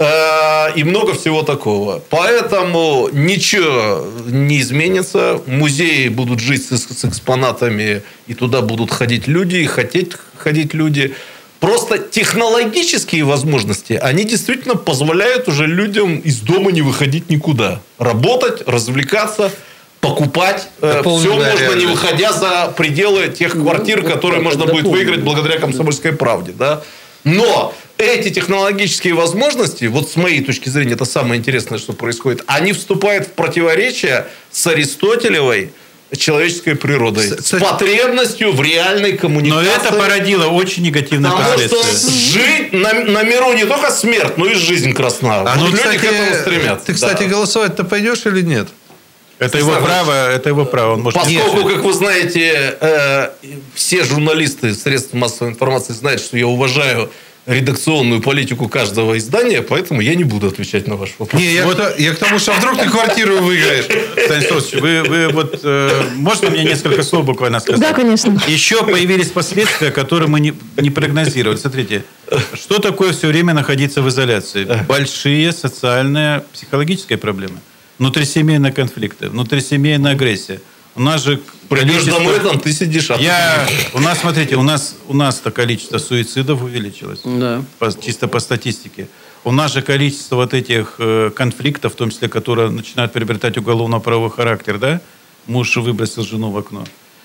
и много всего такого. Поэтому ничего не изменится. Музеи будут жить с, с экспонатами, и туда будут ходить люди, и хотеть ходить люди. Просто технологические возможности, они действительно позволяют уже людям из дома не выходить никуда. Работать, развлекаться, покупать. Это все можно, реально. Не выходя за пределы тех квартир, которые можно будет выиграть благодаря «Комсомольской правде». Да? Но эти технологические возможности, вот с моей точки зрения, это самое интересное, что происходит, они вступают в противоречие с Аристотелевой человеческой природой. Кстати, с потребностью в реальной коммуникации. Но это породило очень негативные последствия. Потому что жить на, на миру не только смерть, но и жизнь красна. А вот ну, люди кстати, к этому стремятся. Ты, кстати, да. голосовать-то пойдешь или нет? Это его право, это его право. Он может Поскольку, ехать. Как вы знаете, э, все журналисты средств массовой информации знают, что я уважаю редакционную политику каждого издания, поэтому я не буду отвечать на ваш вопрос. Не, я, вот, я к тому, что вдруг ты квартиру выиграешь. Станислав, вы, вы вот, э, можно мне несколько слов буквально сказать? Да, конечно. Еще появились последствия, которые мы не, не прогнозировали. Смотрите, что такое все время находиться в изоляции? Большие социальные, психологические проблемы. Внутрисемейные конфликты, внутрисемейная агрессия. У нас же придешь домой, там ты сидишь. А я, у нас, смотрите, у нас у нас-то количество суицидов увеличилось. Да. По, чисто по статистике. У нас же количество вот этих э, конфликтов, в том числе, которые начинают приобретать уголовно-правовой характер, да? Муж выбросил жену в окно.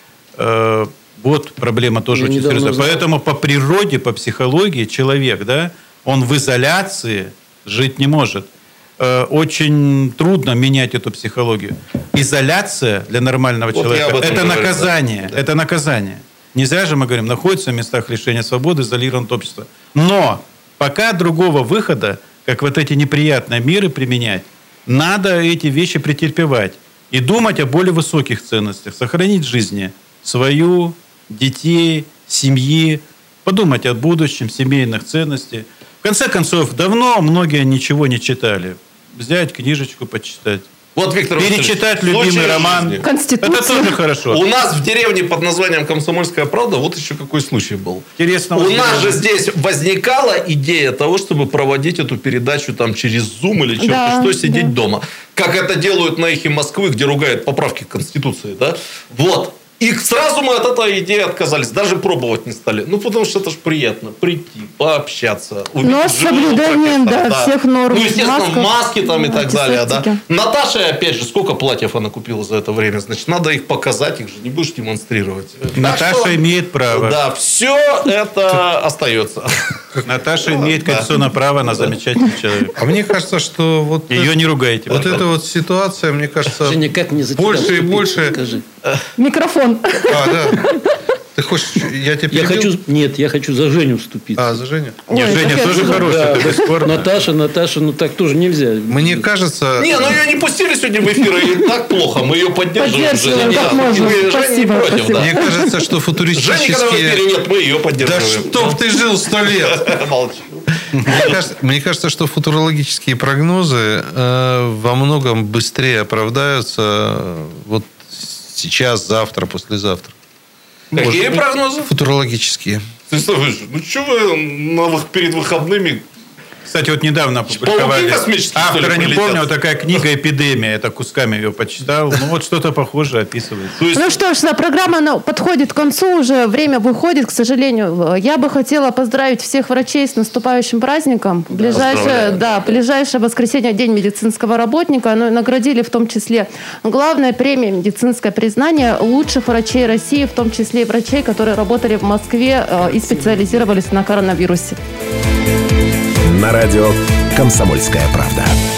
Э, вот проблема тоже я очень серьезная. Знал. Поэтому по природе, по психологии человек, да, он в изоляции жить не может. Очень трудно менять эту психологию. Изоляция для нормального вот человека – это говорю, наказание. Да. Это наказание. Не зря же мы говорим, находится в местах лишения свободы, изолирован от общества. Но пока другого выхода, как вот эти неприятные меры применять, надо эти вещи претерпевать и думать о более высоких ценностях. Сохранить в жизни свою, детей, семьи, подумать о будущем, семейных ценностях. В конце концов, давно многие ничего не читали. Взять книжечку, почитать. Вот, Виктор перечитать любимый роман. Конституцию. Это тоже хорошо. У нас в деревне под названием «Комсомольская правда» вот еще какой случай был. Интересно. У нас же здесь возникала идея того, чтобы проводить эту передачу там через Zoom или черт да, что, сидеть да. дома. Как это делают на «Эхе Москвы», где ругают поправки к Конституции. Да? Вот. И сразу мы от этой идеи отказались. Даже пробовать не стали. Ну, потому что это же приятно. Прийти, пообщаться. Но с соблюданием да, да. всех норм. Ну, естественно, масков, маски там и так далее. Да. Наташа, опять же, сколько платьев она купила за это время? Значит, надо их показать. Их же не будешь демонстрировать. Наташа что, имеет право. Да, все это остается. Наташа имеет конституционное право на замечательный человек. А мне кажется, что вот ее не ругайте. Вот эта вот ситуация, мне кажется, Женя, как мне больше и больше. Скажи. Микрофон. А, да. Ты хочешь, я тебе я хочу, Нет, я хочу за Женю вступиться. А, за Женю? Нет, Ой, Женя тоже хорошая. Да, Наташа, Наташа, ну так тоже нельзя. Мне кажется... Не, ну ее не пустили сегодня в эфир, и так плохо. Мы ее поддерживаем. Поддерживаем, как можем. Спасибо, против, спасибо. Да. Мне кажется, что футуристические... Женя, когда в эфире нет, мы ее поддерживаем. Да чтоб ты жил сто лет. Молчу. Мне кажется, мне кажется, что футурологические прогнозы э, во многом быстрее оправдаются вот сейчас, завтра, послезавтра. Какие Может, прогнозы? Футурологические. Ты что, ну что вы на, перед выходными... Кстати, вот недавно опубликовали. Автора не помню, вот такая книга «Эпидемия». Это кусками ее почитал. Ну, вот что-то похожее описывает. Есть... Ну что ж, программа она подходит к концу уже. Время выходит, к сожалению. Я бы хотела поздравить всех врачей с наступающим праздником. Ближайшее, да, ближайшее воскресенье – День медицинского работника. Ну, наградили в том числе главной премией «Медицинское признание» лучших врачей России, в том числе и врачей, которые работали в Москве и специализировались на коронавирусе. На радио «Комсомольская правда».